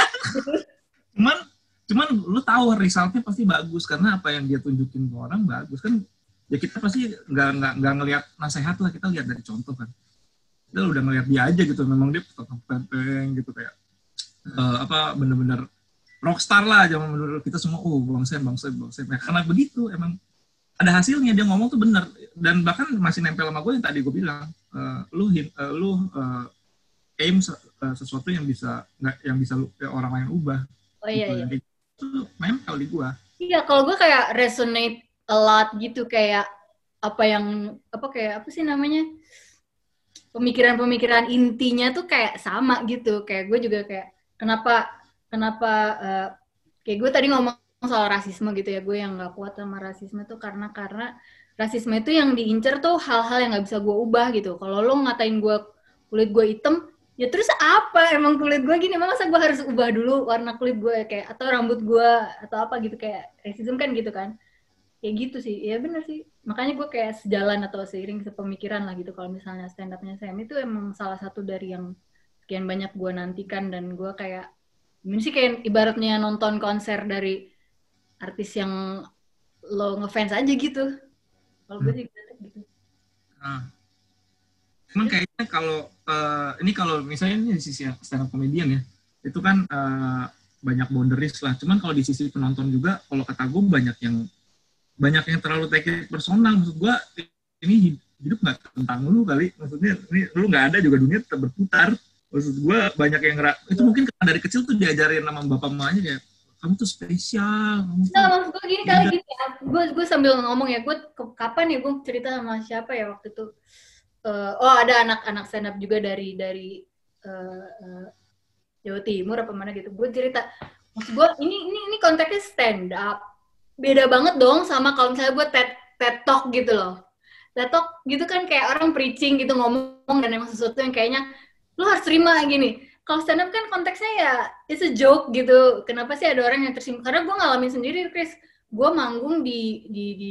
cuman lu tahu resultnya pasti bagus, karena apa yang dia tunjukin ke orang bagus kan. Ya kita pasti nggak ngelihat nasihat lah, kita lihat dari contoh kan. Kita udah ngelihat dia aja gitu, memang dia pempeng gitu kayak bener-bener rockstar lah zaman menurut kita semua. Bang Sam. Ya, karena begitu emang ada hasilnya, dia ngomong tuh bener, dan bahkan masih nempel sama gue yang tadi gue bilang, lu aim sesuatu yang bisa orang lain ubah. Iya. Itu nempel di gue. Iya, kalau gue kayak resonate a lot gitu, kayak apa sih namanya, pemikiran intinya tuh kayak sama gitu. Kayak gue juga kayak kenapa kayak gue tadi ngomong soal rasisme gitu ya, gue yang nggak kuat sama rasisme tuh karena rasisme itu yang diincer tuh hal-hal yang nggak bisa gue ubah gitu. Kalau lo ngatain gue kulit gue hitam, ya terus apa, emang kulit gue gini, masa gue harus ubah dulu warna kulit gue kayak, atau rambut gue atau apa gitu, kayak racism kan gitu kan. ya gitu sih, ya bener sih. Makanya gue kayak sejalan atau seiring sepemikiran lah gitu. Kalau misalnya stand up-nya Sam itu emang salah satu dari yang sekian banyak gue nantikan, dan gue kayak ini sih kayak ibaratnya nonton konser dari artis yang lo ngefans aja gitu. Kalau gue sih gitu. Nah, cuman kayaknya kalau ini kalau misalnya ini di sisi stand up comedian ya, itu kan banyak boundaries lah. Cuman kalau di sisi penonton juga, kalau kata gue banyak yang terlalu take it personal. Maksud gue ini hidup nggak tentang lu kali. Maksudnya ini lu nggak ada juga, dunia tetap berputar. Maksud gue banyak yang itu mungkin karena dari kecil tuh diajarin sama bapak mamanya kayak kamu tuh spesial. Nah, maksud gue gini kali gitu ya. Gue sambil ngomong ya, gue kapan ya gue cerita sama siapa ya waktu itu. Ada anak-anak stand up juga dari Jawa Timur apa mana gitu. Gue cerita, maksud gue ini konteksnya stand up. Beda banget dong sama kalau misalnya gue TED Talk gitu loh. TED Talk gitu kan kayak orang preaching gitu, ngomong dan emang sesuatu yang kayaknya lu harus terima gini. Kalau stand up kan konteksnya ya it's a joke gitu. Kenapa sih ada orang yang tersinggung? Karena gue ngalamin sendiri, Chris. Gue manggung di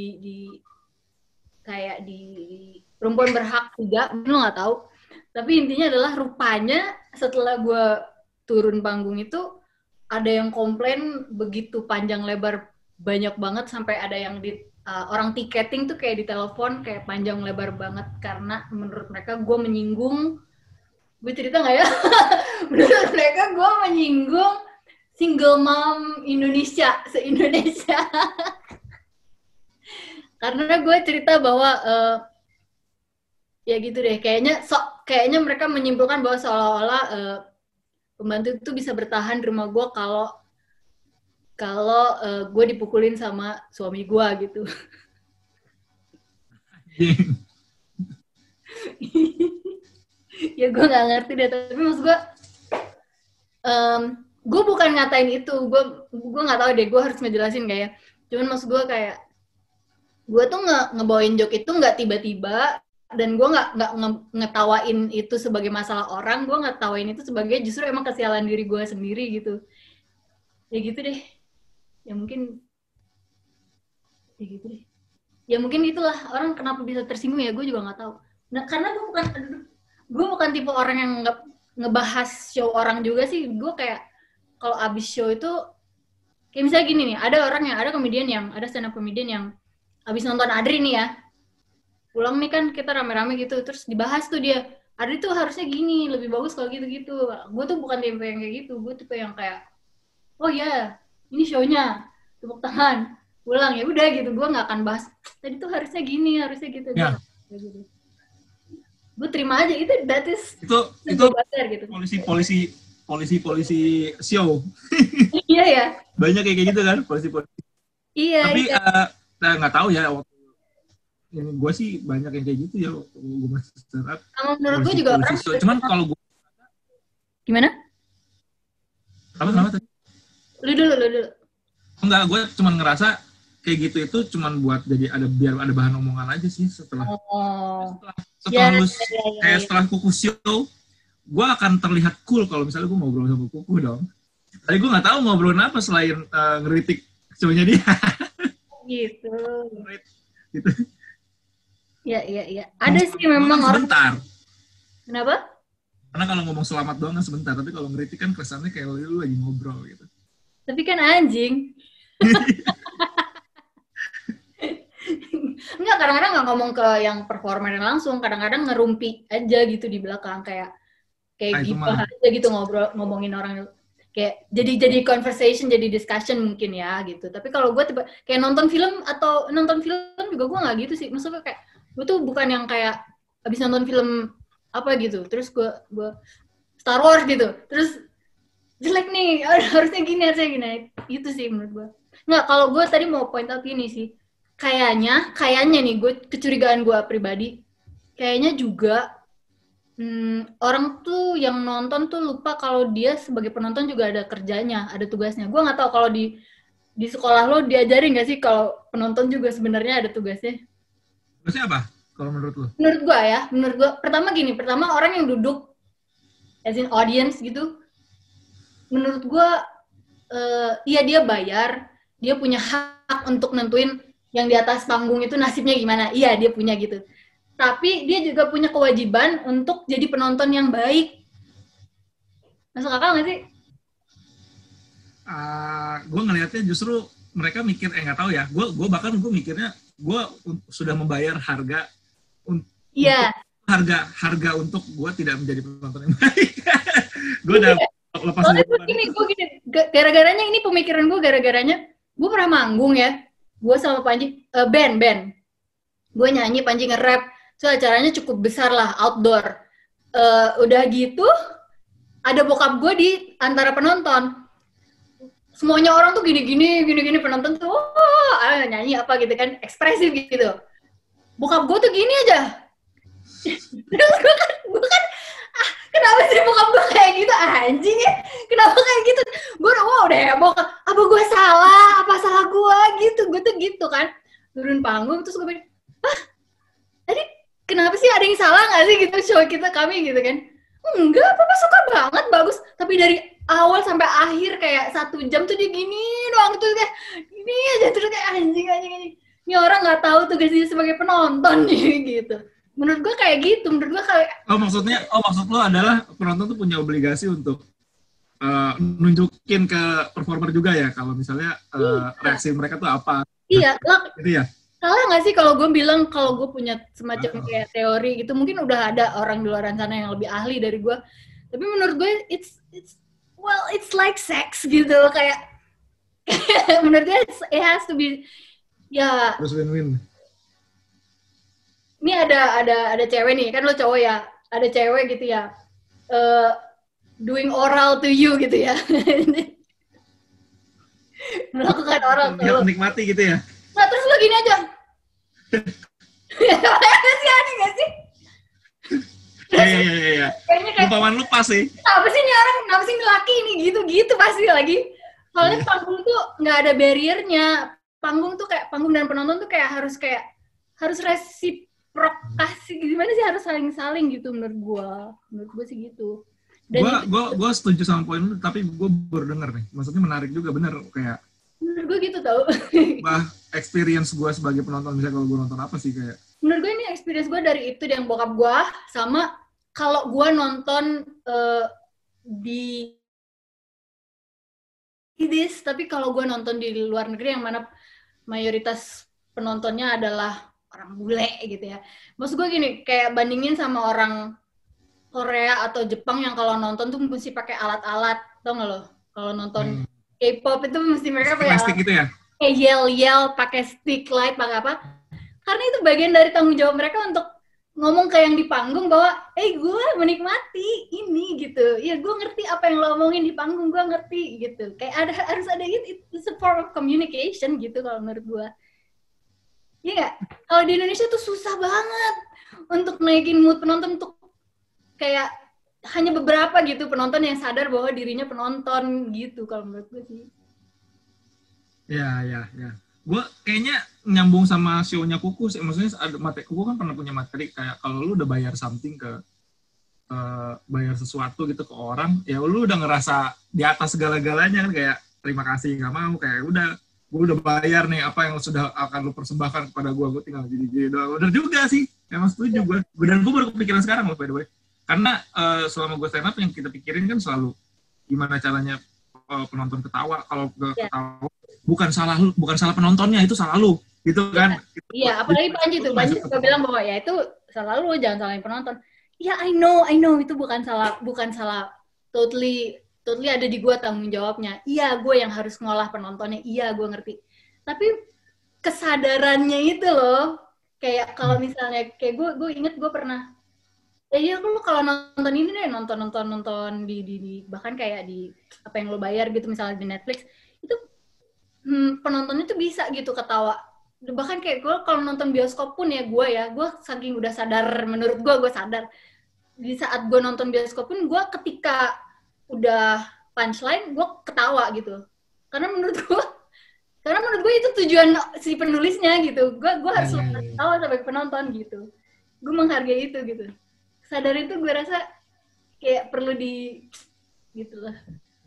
kayak di Perempuan Berhak 3, lu nggak tahu. Tapi intinya adalah rupanya setelah gue turun panggung itu ada yang komplain begitu panjang lebar, banyak banget, sampai ada yang orang tiketing tuh kayak di telepon kayak panjang lebar banget karena menurut mereka gue menyinggung. Gue cerita nggak ya? Menurut mereka gue menyinggung single mom Indonesia, se-Indonesia. Karena gue cerita bahwa ya gitu deh, kayaknya mereka menyimpulkan bahwa seolah-olah pembantu itu bisa bertahan di rumah gue kalau gue dipukulin sama suami gue gitu. Ya gue nggak ngerti deh, tapi maksud gue bukan ngatain itu, gue nggak tahu deh, gue harus ngejelasin kayak ya. Cuman maksud gue kayak gue tuh ngebawain joke itu nggak tiba-tiba, dan gue nggak ngetawain itu sebagai masalah orang, gue ngetawain itu sebagai justru emang kesialan diri gue sendiri gitu. Ya gitu deh, ya mungkin ya gitu deh, ya mungkin itulah orang kenapa bisa tersinggung ya, gue juga nggak tahu. Nah karena gue bukan tipe orang yang ngebahas show orang juga sih. Gue kayak kalau abis show itu kayak misalnya gini nih, ada stand up comedian yang abis nonton Adri nih ya, pulang nih kan kita rame-rame gitu, terus dibahas tuh dia, Adri tuh harusnya gini, lebih bagus kalau gitu-gitu. Gue tuh bukan tipe yang kayak gitu, gue tipe yang kayak oh ya ini show-nya, tepuk tangan, pulang, ya udah gitu. Gue nggak akan bahas tadi tuh harusnya gini, harusnya gitu. Ya. Gue terima aja itu, itu bazar, gitu. polisi show. Iya ya. Banyak kayak gitu kan, polisi. Iya. Tapi iya. Nggak tahu ya, ini gue sih banyak yang kayak gitu ya, gue masih stand up. Menurut gue juga orang. Cuman kalau gue gimana? Apa tadi? Lu dulu. Enggak, gue cuman ngerasa kayak gitu itu cuman buat biar ada bahan omongan aja sih setelah setelah Kuku show, gue akan terlihat cool kalau misalnya gue ngobrol sama Kuku dong. Tadi gue nggak tahu ngobrolin apa selain ngeritik show-nya dia. Gitu. Gitu. Iya. Ada sih memang orang. Sebentar. Kenapa? Karena kalau ngomong selamat doang kan sebentar, tapi kalau ngeritik kan kesannya kayak lu lagi ngobrol gitu. Tapi kan anjing. Enggak, kadang-kadang nggak ngomong ke yang performer langsung, kadang-kadang ngerumpi aja gitu di belakang kayak gibah aja gitu, ngomongin orang, kayak jadi conversation, jadi discussion mungkin ya gitu. Tapi kalau gue tiba kayak nonton film juga gue nggak gitu sih. Maksudnya kayak gue tuh bukan yang kayak abis nonton film apa gitu terus gue Star Wars gitu terus jelek nih, harusnya gini itu sih menurut gue. Nggak, kalau gue tadi mau point out gini sih, kayaknya nih, gue kecurigaan gue pribadi, kayaknya juga orang tuh yang nonton tuh lupa kalau dia sebagai penonton juga ada kerjanya, ada tugasnya. Gue nggak tahu kalau di sekolah lo diajarin nggak sih kalau penonton juga sebenarnya ada tugasnya? Tugasnya apa kalau menurut lo? Menurut gue pertama orang yang duduk as in audience gitu, menurut gue iya dia bayar, dia punya hak untuk nentuin yang di atas panggung itu nasibnya gimana. Iya, dia punya gitu. Tapi dia juga punya kewajiban untuk jadi penonton yang baik. Masuk akal nggak sih? Gue ngelihatnya justru mereka mikir nggak tahu ya. Gue bahkan gue mikirnya gue sudah membayar harga Iya. harga untuk gue tidak menjadi penonton yang baik. Gue udah lepas dari gue gini, gara-garanya ini pemikiran gue gara-garanya gue pernah manggung ya. Gue sama Panji band. Gue nyanyi, Panji nge-rap. So acaranya cukup besar lah, outdoor. Udah gitu ada bokap gue di antara penonton. Semuanya orang tuh gini-gini penonton tuh nyanyi apa gitu kan, ekspresif gitu. Bokap gue tuh gini aja. Terus gue kan kenapa sih bokap gue kayak gitu, anjing ya, kenapa kayak gitu. Gue udah heboh, apa gue salah, apa salah gue tuh gitu kan. Turun panggung terus gue bilang, tadi kenapa sih, ada yang salah nggak sih gitu show kami gitu kan. Enggak, papa suka banget, bagus. Tapi dari awal sampai akhir kayak 1 jam tuh dia gini doang tuh, kayak gini aja terus, kayak anjing. Ini orang nggak tahu tugasnya sebagai penonton nih gitu. Menurut gue kayak gitu, menurut gue kayak... maksud lo adalah penonton tuh punya obligasi untuk nunjukin ke performer juga ya, kalau misalnya reaksi mereka tuh apa. Iya, gitu ya. Salah nggak sih kalau gue bilang kalau gue punya semacam kayak teori gitu? Mungkin udah ada orang di luar sana yang lebih ahli dari gue. Tapi menurut gue it's like sex gitu, kayak menurut gue it has to be ya. Terus win-win. Ini ada cewek nih, kan lo cowok ya, ada cewek gitu ya, doing oral to you gitu ya. Melakukan oral tuh. Ya, menikmati gitu ya. Nah, terus lo gini aja. Masih aneh gak sih? Iya. Kayaknya kayak, umpaman lu pas sih. apa sih nih orang, kenapa sih ini laki ini gitu pasti lagi. Soalnya panggung tuh nggak ada barriernya. Panggung tuh kayak, panggung dan penonton tuh kayak harus resiprokasi, gimana sih, harus saling gitu menurut gue sih gitu. Gue setuju sama poin lu, tapi gue baru denger nih, maksudnya menarik juga, bener, kayak menurut gue gitu tau. Experience gue sebagai penonton, misalnya kalau gue nonton apa sih, kayak menurut gue ini experience gue dari itu, yang bokap gue, sama kalau gue nonton di this, tapi kalau gue nonton di luar negeri yang mana mayoritas penontonnya adalah orang bule gitu ya. Maksud gue gini, kayak bandingin sama orang Korea atau Jepang yang kalau nonton tuh mesti pakai alat-alat, tau nggak lo? Kalau nonton K-pop itu mesti mereka pakai alat, gitu ya? Kayak yell, pakai stick light, pakai apa? Karena itu bagian dari tanggung jawab mereka untuk ngomong ke yang di panggung bahwa, gue menikmati ini gitu. Ya gue ngerti apa yang lo omongin di panggung, gue ngerti gitu. Kayak harus ada it's a form of communication gitu kalau menurut gue. Iya nggak? Kalau di Indonesia tuh susah banget untuk naikin mood penonton, untuk kayak hanya beberapa gitu penonton yang sadar bahwa dirinya penonton gitu kalau menurut gue sih. Ya. Gue kayaknya nyambung sama show-nya Kuku sih. Maksudnya Kuku kan pernah punya materi kayak, kalau lu udah bayar something bayar sesuatu gitu ke orang, ya lu udah ngerasa di atas segala-galanya kan, kayak terima kasih, nggak mau, kayak gue udah bayar nih, apa yang sudah akan lu persembahkan kepada gue tinggal jadi doang. Bener juga sih, emang setuju gue. Dan gue baru kepikiran sekarang loh, by the way. Karena selama gue stand up yang kita pikirin kan selalu gimana caranya penonton ketawa. Kalau ketawa bukan salah penontonnya, itu salah lu gitu kan. Iya, apalagi Panji suka bilang bahwa ya itu salah lu, jangan salahin penonton. Ya, I know itu bukan salah totally ada di gue tanggung jawabnya. Iya, gue yang harus ngolah penontonnya. Iya, gue ngerti. Tapi kesadarannya itu loh, kayak kalau misalnya kayak gue inget gue pernah, iya lu kalau nonton ini deh, nonton di bahkan kayak di apa yang lo bayar gitu, misalnya di Netflix itu, penontonnya tuh bisa gitu ketawa. Bahkan kayak gue kalau nonton bioskop pun ya, gue saking udah sadar, menurut gue sadar di saat gue nonton bioskop pun, gue ketika udah punchline gue ketawa gitu, karena menurut gue itu tujuan si penulisnya gitu. Gue harus ketawa sebagai penonton gitu. Gue menghargai itu gitu. Sadar itu gue rasa kayak perlu di gitu lah.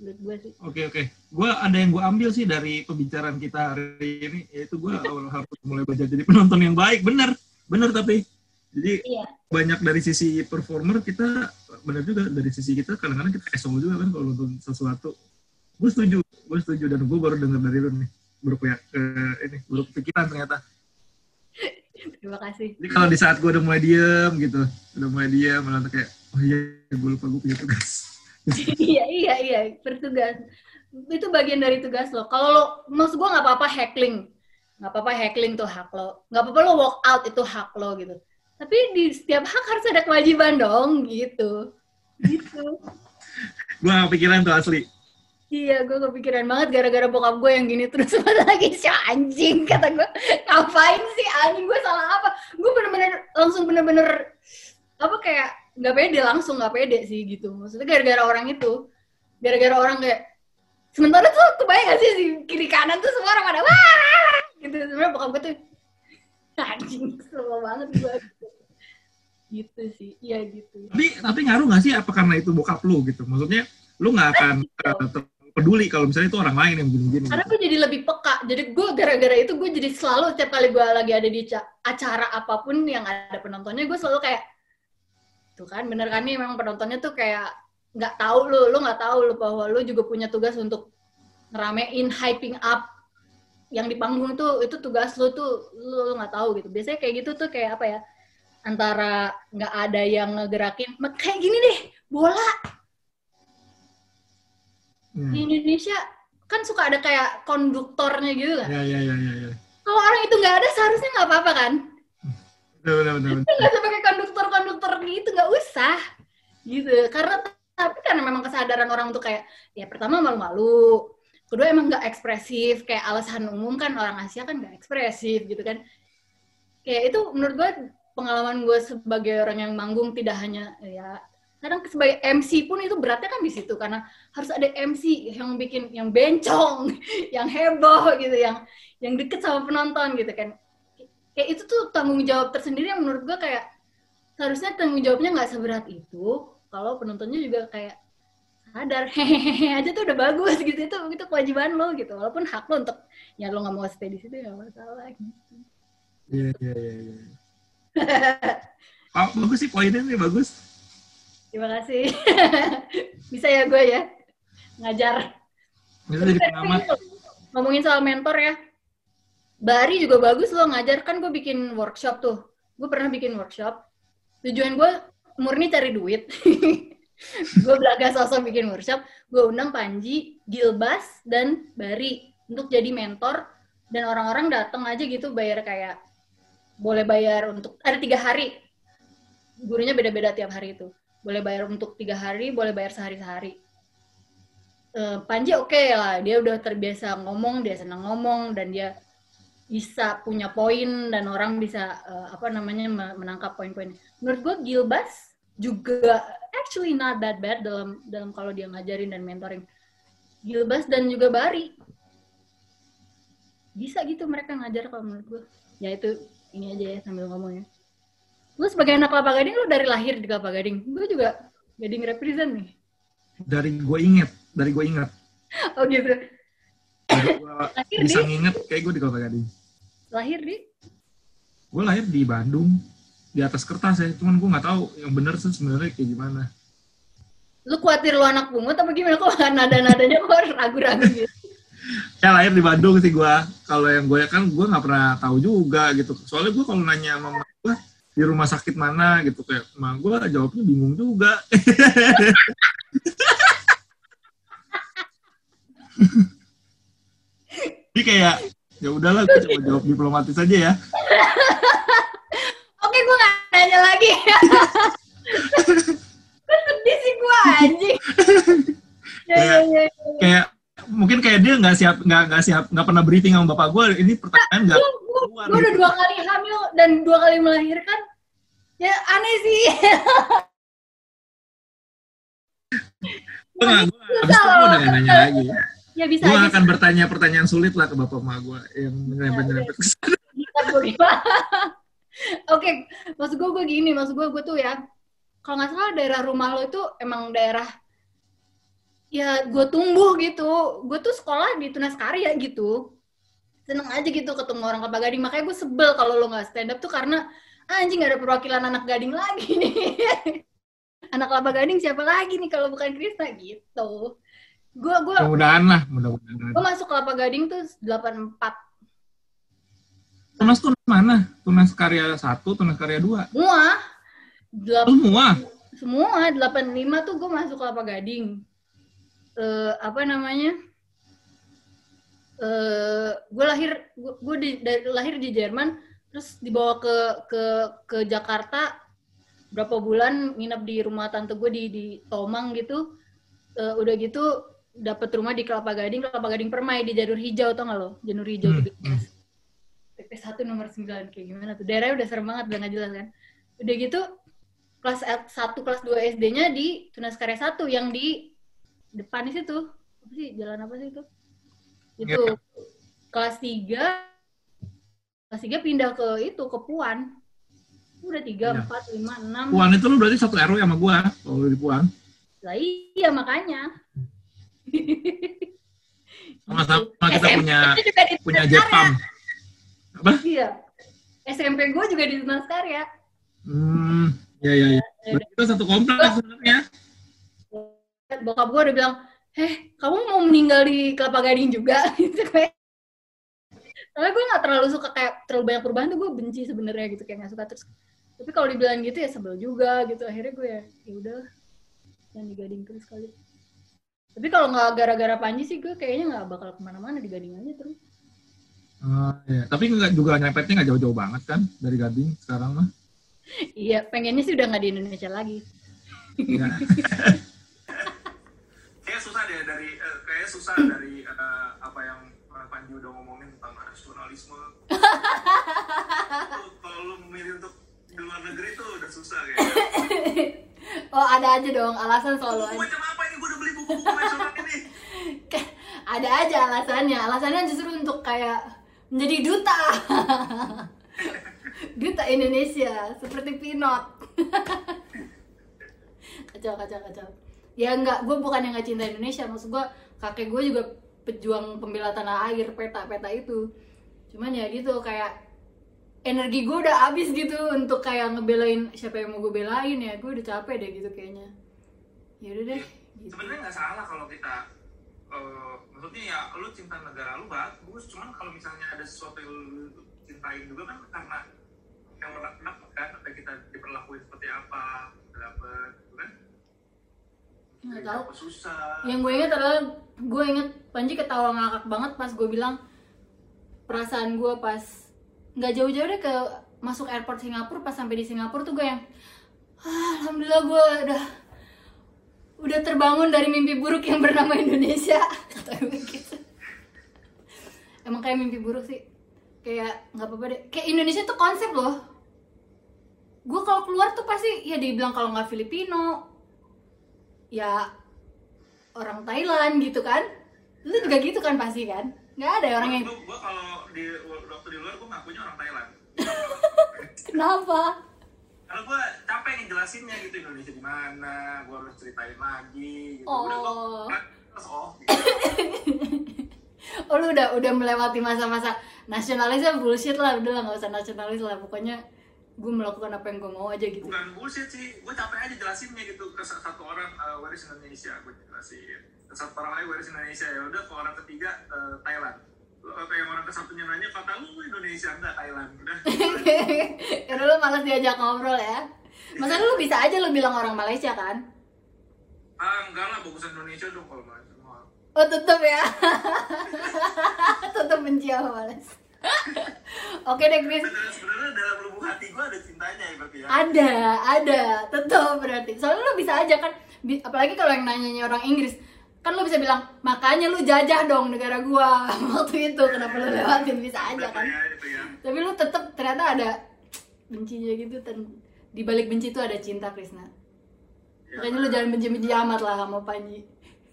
menurut gue sih. Oke. Gue ada yang gue ambil sih dari pembicaraan kita hari ini, yaitu gue harus mulai belajar jadi penonton yang baik. Bener tapi. Jadi banyak dari sisi performer kita, bener juga dari sisi kita kadang-kadang kita esol juga kan kalau nonton sesuatu. Gue setuju dan gue baru dengar dari lu nih. Baru kepikiran ternyata. Terima kasih. Jadi kalau di saat gue udah mulai diam gitu, malah kayak, oh iya, gue lupa gue punya tugas. iya, bertugas. Itu bagian dari tugas lo. Kalau lo, maksud gue nggak apa-apa hacking tuh hak lo. Nggak apa-apa lo walk out itu hak lo gitu. Tapi di setiap hak harus ada kewajiban dong, gitu. Gue gak kepikiran tuh asli. Iya, gue kepikiran banget gara-gara bokap gue yang gini terus lagi si anjing, kata gue, ngapain sih anjing, gue salah apa? Gue bener-bener apa kayak nggak pede sih gitu. Maksudnya gara-gara orang kayak sementara tuh kebayang gak sih di kiri kanan tuh semua orang pada wah gitu. Sebenarnya bokap gue tuh anjing, kesel banget gue gitu sih. Iya gitu. Tapi ngaruh nggak sih apa karena itu bokap lu gitu? Maksudnya lu nggak akan peduli kalau misalnya itu orang lain yang gini-gini. Karena gue jadi lebih peka. Jadi gue gara-gara itu gue jadi selalu setiap kali gue lagi ada di acara apapun yang ada penontonnya, gue selalu kayak, tuh kan bener kan nih memang penontonnya tuh kayak nggak tahu lu nggak tahu lu bahwa lu juga punya tugas untuk ngeramein, hyping up yang di panggung itu tugas lu tuh lu nggak tahu gitu. Biasanya kayak gitu tuh kayak apa ya? Antara nggak ada yang ngegerakin, kayak gini deh, bola. Di Indonesia kan suka ada kayak konduktornya gitu kan? Iya. Kalau orang itu nggak ada, seharusnya nggak apa-apa kan? Benar. Nggak usah pakai konduktor gitu, nggak usah. Gitu. Tapi karena memang kesadaran orang tuh kayak, ya pertama malu-malu, kedua emang nggak ekspresif, kayak alasan umum kan orang Asia kan nggak ekspresif gitu kan. Kayak itu menurut gue, pengalaman gue sebagai orang yang manggung tidak hanya ya kadang sebagai MC pun itu beratnya kan di situ karena harus ada MC yang bikin yang bencong, yang heboh gitu, yang deket sama penonton gitu kan. Kayak itu tuh tanggung jawab tersendiri yang menurut gue kayak seharusnya tanggung jawabnya nggak seberat itu kalau penontonnya juga kayak sadar hehehe aja tuh udah bagus gitu, itu kewajiban lo gitu, walaupun hak lo untuk ya lo nggak mau stay di situ nggak masalah gitu. Iya. Bagus sih poinnya nih, bagus. Terima kasih. Bisa ya gue ya ngajar. Bisa jadi pengamat. Ngomongin soal mentor ya. Bari juga bagus lo ngajar, kan gue bikin workshop tuh. Gue pernah bikin workshop. Tujuan gue murni cari duit. Gue belaga sosok bikin workshop. Gue undang Panji, Gilbas, dan Bari untuk jadi mentor. Dan orang-orang datang aja gitu bayar kayak boleh bayar untuk ada 3 hari. Gurunya beda-beda tiap hari itu. Boleh bayar untuk 3 hari, boleh bayar sehari-sehari. Panji oke lah, dia udah terbiasa ngomong, dia senang ngomong, dan dia bisa punya poin, dan orang bisa menangkap poin-poinnya. Menurut gue Gilbas juga actually not that bad dalam kalau dia ngajarin dan mentoring. Gilbas dan juga Bari. Bisa gitu mereka ngajar kalau menurut gue. Ya itu, ini aja ya sambil ngomong ya. Lu sebagai anak Kelapa Gading, lu dari lahir di Kelapa Gading. Gue juga Gading represent nih. Dari gue ingat. Oh gitu. Gue bisa nginget, kayak gue di Kelapa Gading. Lahir di? Gue lahir di Bandung. Di atas kertas ya. Cuman gue gak tahu yang benar sih sebenarnya kayak gimana. Lu khawatir lu anak pungut apa gimana? Kok nada-nadanya kok ragu-ragu gitu? Ya lahir di Bandung sih gue. Kalau yang gue kan gue gak pernah tahu juga gitu. Soalnya gue kalau nanya sama mama gue, di rumah sakit mana gitu, kayak mama gue jawabnya bingung juga. Jadi kayak ya udahlah, gue coba jawab diplomatis aja ya. Oke, gue nggak nanya lagi. Sedih sih gue anjing. Kayak mungkin kayak dia nggak siap nggak pernah briefing sama bapak gue, ini pertanyaan nggak keluar. Gue udah 2 kali hamil dan 2 kali melahirkan. Ya aneh sih. Gue udah nggak nanya lagi. Ya bisa. Gue akan bertanya pertanyaan sulit lah ke bapak emak gue yang nyerempet-nyerempet ke sana. Oke, maksud gue tuh ya, kalau nggak salah daerah rumah lo itu emang daerah ya gue tumbuh gitu. Gue tuh sekolah di Tunas Karya gitu. Seneng aja gitu ketemu orang Kelapa Gading. Makanya gue sebel kalau lo nggak stand up tuh karena anjing nggak ada perwakilan anak Gading lagi nih. Anak Kelapa Gading siapa lagi nih kalau bukan Krisna gitu. Gue Mudah-mudahan lah, mudah-mudahan. gue masuk Kelapa Gading tuh 84. Tunas mana? Tunas Karya 1, Tunas Karya 2? Semua 85 tuh gue masuk Kelapa Gading. Gue lahir di Jerman, terus dibawa ke Jakarta berapa bulan nginep di rumah tante gue di Tomang gitu. Udah gitu dapet rumah di Kelapa Gading Permai di Janur Hijau, tau gak lo? Janur Hijau gitu. PP1 nomor 9 kayak gimana tuh. Daerahnya udah serem banget, udah gak jelas kan. Udah gitu kelas 1, kelas 2 SD-nya di Tunas Karya 1 yang di depan di situ. Apa sih? Jalan apa sih itu? Itu. Yeah. Kelas 3 pindah ke Puan. Udah 3, 4, 5, 6. Puan itu lu berarti satu RW sama gua kalau di Puan. Lah iya makanya. Sama-sama kita punya Jepam. Apa? Iya. SMP gue juga di Tunas Karya. Iya. Berarti itu satu kompleks sebenarnya. Bokap gue udah bilang, kamu mau meninggal di Kelapa Gading juga? Gitu kayak. Tapi gue nggak terlalu suka kayak terlalu banyak perubahan tuh gue benci sebenarnya gitu kayak nggak suka terus. Tapi kalau dibilang gitu ya sebel juga gitu. Akhirnya gue ya udah yang di Gading terus kali. Tapi kalau nggak gara-gara Panji sih gue kayaknya nggak bakal kemana-mana di Gading aja terus. Iya. Tapi nggak juga nyepetnya nggak jauh-jauh banget kan dari Gading sekarang mah. Iya, pengennya sih udah nggak di Indonesia lagi. Iya. Kayak susah dari apa yang Panji udah ngomongin tentang nasionalisme. Kalau lu memilih untuk di luar negeri tuh udah susah kayaknya. Oh ada aja dong alasan selalu aja. Macam apa ini gue udah beli buku-buku nasional ini? Ada aja alasannya justru untuk kayak menjadi duta. Duta Indonesia seperti Pinot. Kacau. Ya enggak, gue bukan yang nggak cinta Indonesia, maksud gue kakek gue juga pejuang pembela tanah air, peta itu. Cuman ya gitu kayak energi gue udah habis gitu untuk kayak ngebelain siapa yang mau gue belain ya, gue udah capek deh gitu kayaknya. Ya udah deh. Gitu. Sebenarnya nggak salah kalau kita maksudnya ya lu cinta negara lu bagus, cuman kalau misalnya ada sesuatu yang lu cintain juga kan karena yang kenapa kan apa kita diperlakuin seperti apa dapet kan nggak tahu susah. Yang gue ingat adalah gue inget Panji ketawa ngakak banget pas gue bilang perasaan gue pas nggak jauh-jauh deh ke masuk airport Singapura. Pas sampai di Singapura tuh gue yang alhamdulillah gue udah terbangun dari mimpi buruk yang bernama Indonesia. Kata gue gitu. Emang kayak mimpi buruk sih, kayak nggak apa-apa deh, kayak Indonesia tuh konsep loh. Gue kalau keluar tuh pasti ya dibilang kalau nggak Filipino ya orang Thailand gitu kan. Lu juga gitu kan pasti kan, nggak ada orang yang gue kalau waktu di luar gue ngakunya orang Thailand. Kenapa? Karena gue capek ngejelasinnya gitu, Indonesia di mana, gue harus ceritain lagi gitu. Oh. Udah gue Oh lu udah melewati masa-masa nasionalisnya bullshit lah, udah lah nggak usah nasionalis lah, pokoknya gue melakukan apa yang gue mau aja gitu. Bukan bullshit sih, gue capek aja jelasinnya gitu ke satu orang where is Indonesia, gue jelasin. Ke satu orang lain where is Indonesia, ya udah ke orang ketiga Thailand. Kayak orang kesatunya nanya, kata lu Indonesia enggak Thailand, udah. Karena lu malas diajak ngobrol ya. Masa lu bisa aja lu bilang orang Malaysia kan? Enggak lah, bagusan Indonesia dong kalau Malaysia. Oh tetep ya. Tetep benci sama Malaysia. Oke deh Chris. Sebenarnya dalam lubuk hati gue ada cintanya ya berarti ya. Ada, tetep berarti. Soalnya lu bisa aja kan, apalagi kalau yang nanyanya orang Inggris. Kan lu bisa bilang, makanya lu jajah dong negara gua waktu itu, kenapa lu lewatin, bisa aja kan. Ya. Tapi lu tetep ternyata ada bencinya gitu, di balik benci itu ada cinta Krisna. Ya, makanya lu jangan benci-benci amat lah sama Panji.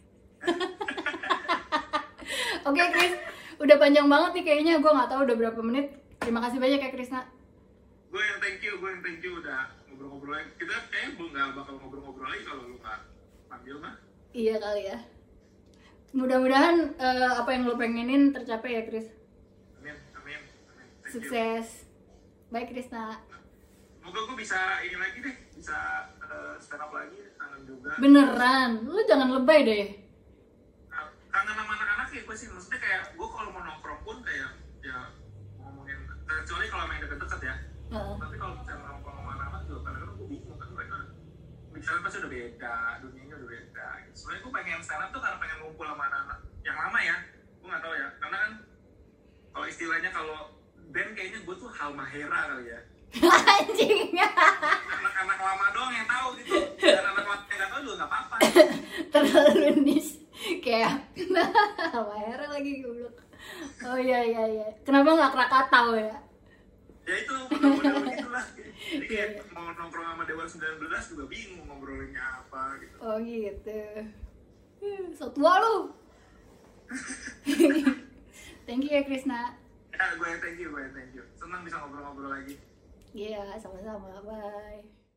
Oke Kris, udah panjang banget nih kayaknya, gua nggak tahu udah berapa menit. Terima kasih banyak ya Krisna. Gue yang thank you udah ngobrol-ngobrol lagi. Kita kayaknya nggak bakal ngobrol-ngobrol lagi kalau lu nggak panggil mah. Iya kali ya. Mudah-mudahan apa yang lo pengenin tercapai ya, Chris. Amin, amin, amin. Thank you. Sukses. Baik, Krisna. Semoga gue bisa ini lagi deh, bisa stand up lagi, kangen juga. Beneran, lu jangan lebay deh. Kangen sama anak-anak ya gue sih, maksudnya kayak gue kalau mau nongkrong pun kayak ya ngomongin, kecuali kalau main deket-deket ya. Tapi kalau misalnya nongkrong sama anak-anak juga kadang-kadang gue bingung kan mereka bicara pasti udah beda, dunianya udah beda. Gitu. Sebenarnya gue pengen stand up tuh karena pengen ngumpul sama anak-anak yang lama ya, gue nggak tahu ya, karena kan kalau istilahnya kalau band kayaknya gue tuh hal mahera kali ya. Anjing. Anak-anak lama doang yang tahu gitu, dan anak lama yang nggak tahu juga nggak apa-apa. Terlalu niche. Kayak Mahera lagi goblok. Oh iya. Kenapa nggak Krakatau ya? Ya itu model-model begitulah. Jadi kayak mau nongkrong sama Dewa 19 juga bingung ngobrolinnya apa gitu. Oh gitu. So tua lu. Thank you ya Krisna. Ya gue yang thank you. Senang bisa ngobrol-ngobrol lagi. Iya, sama-sama. Bye.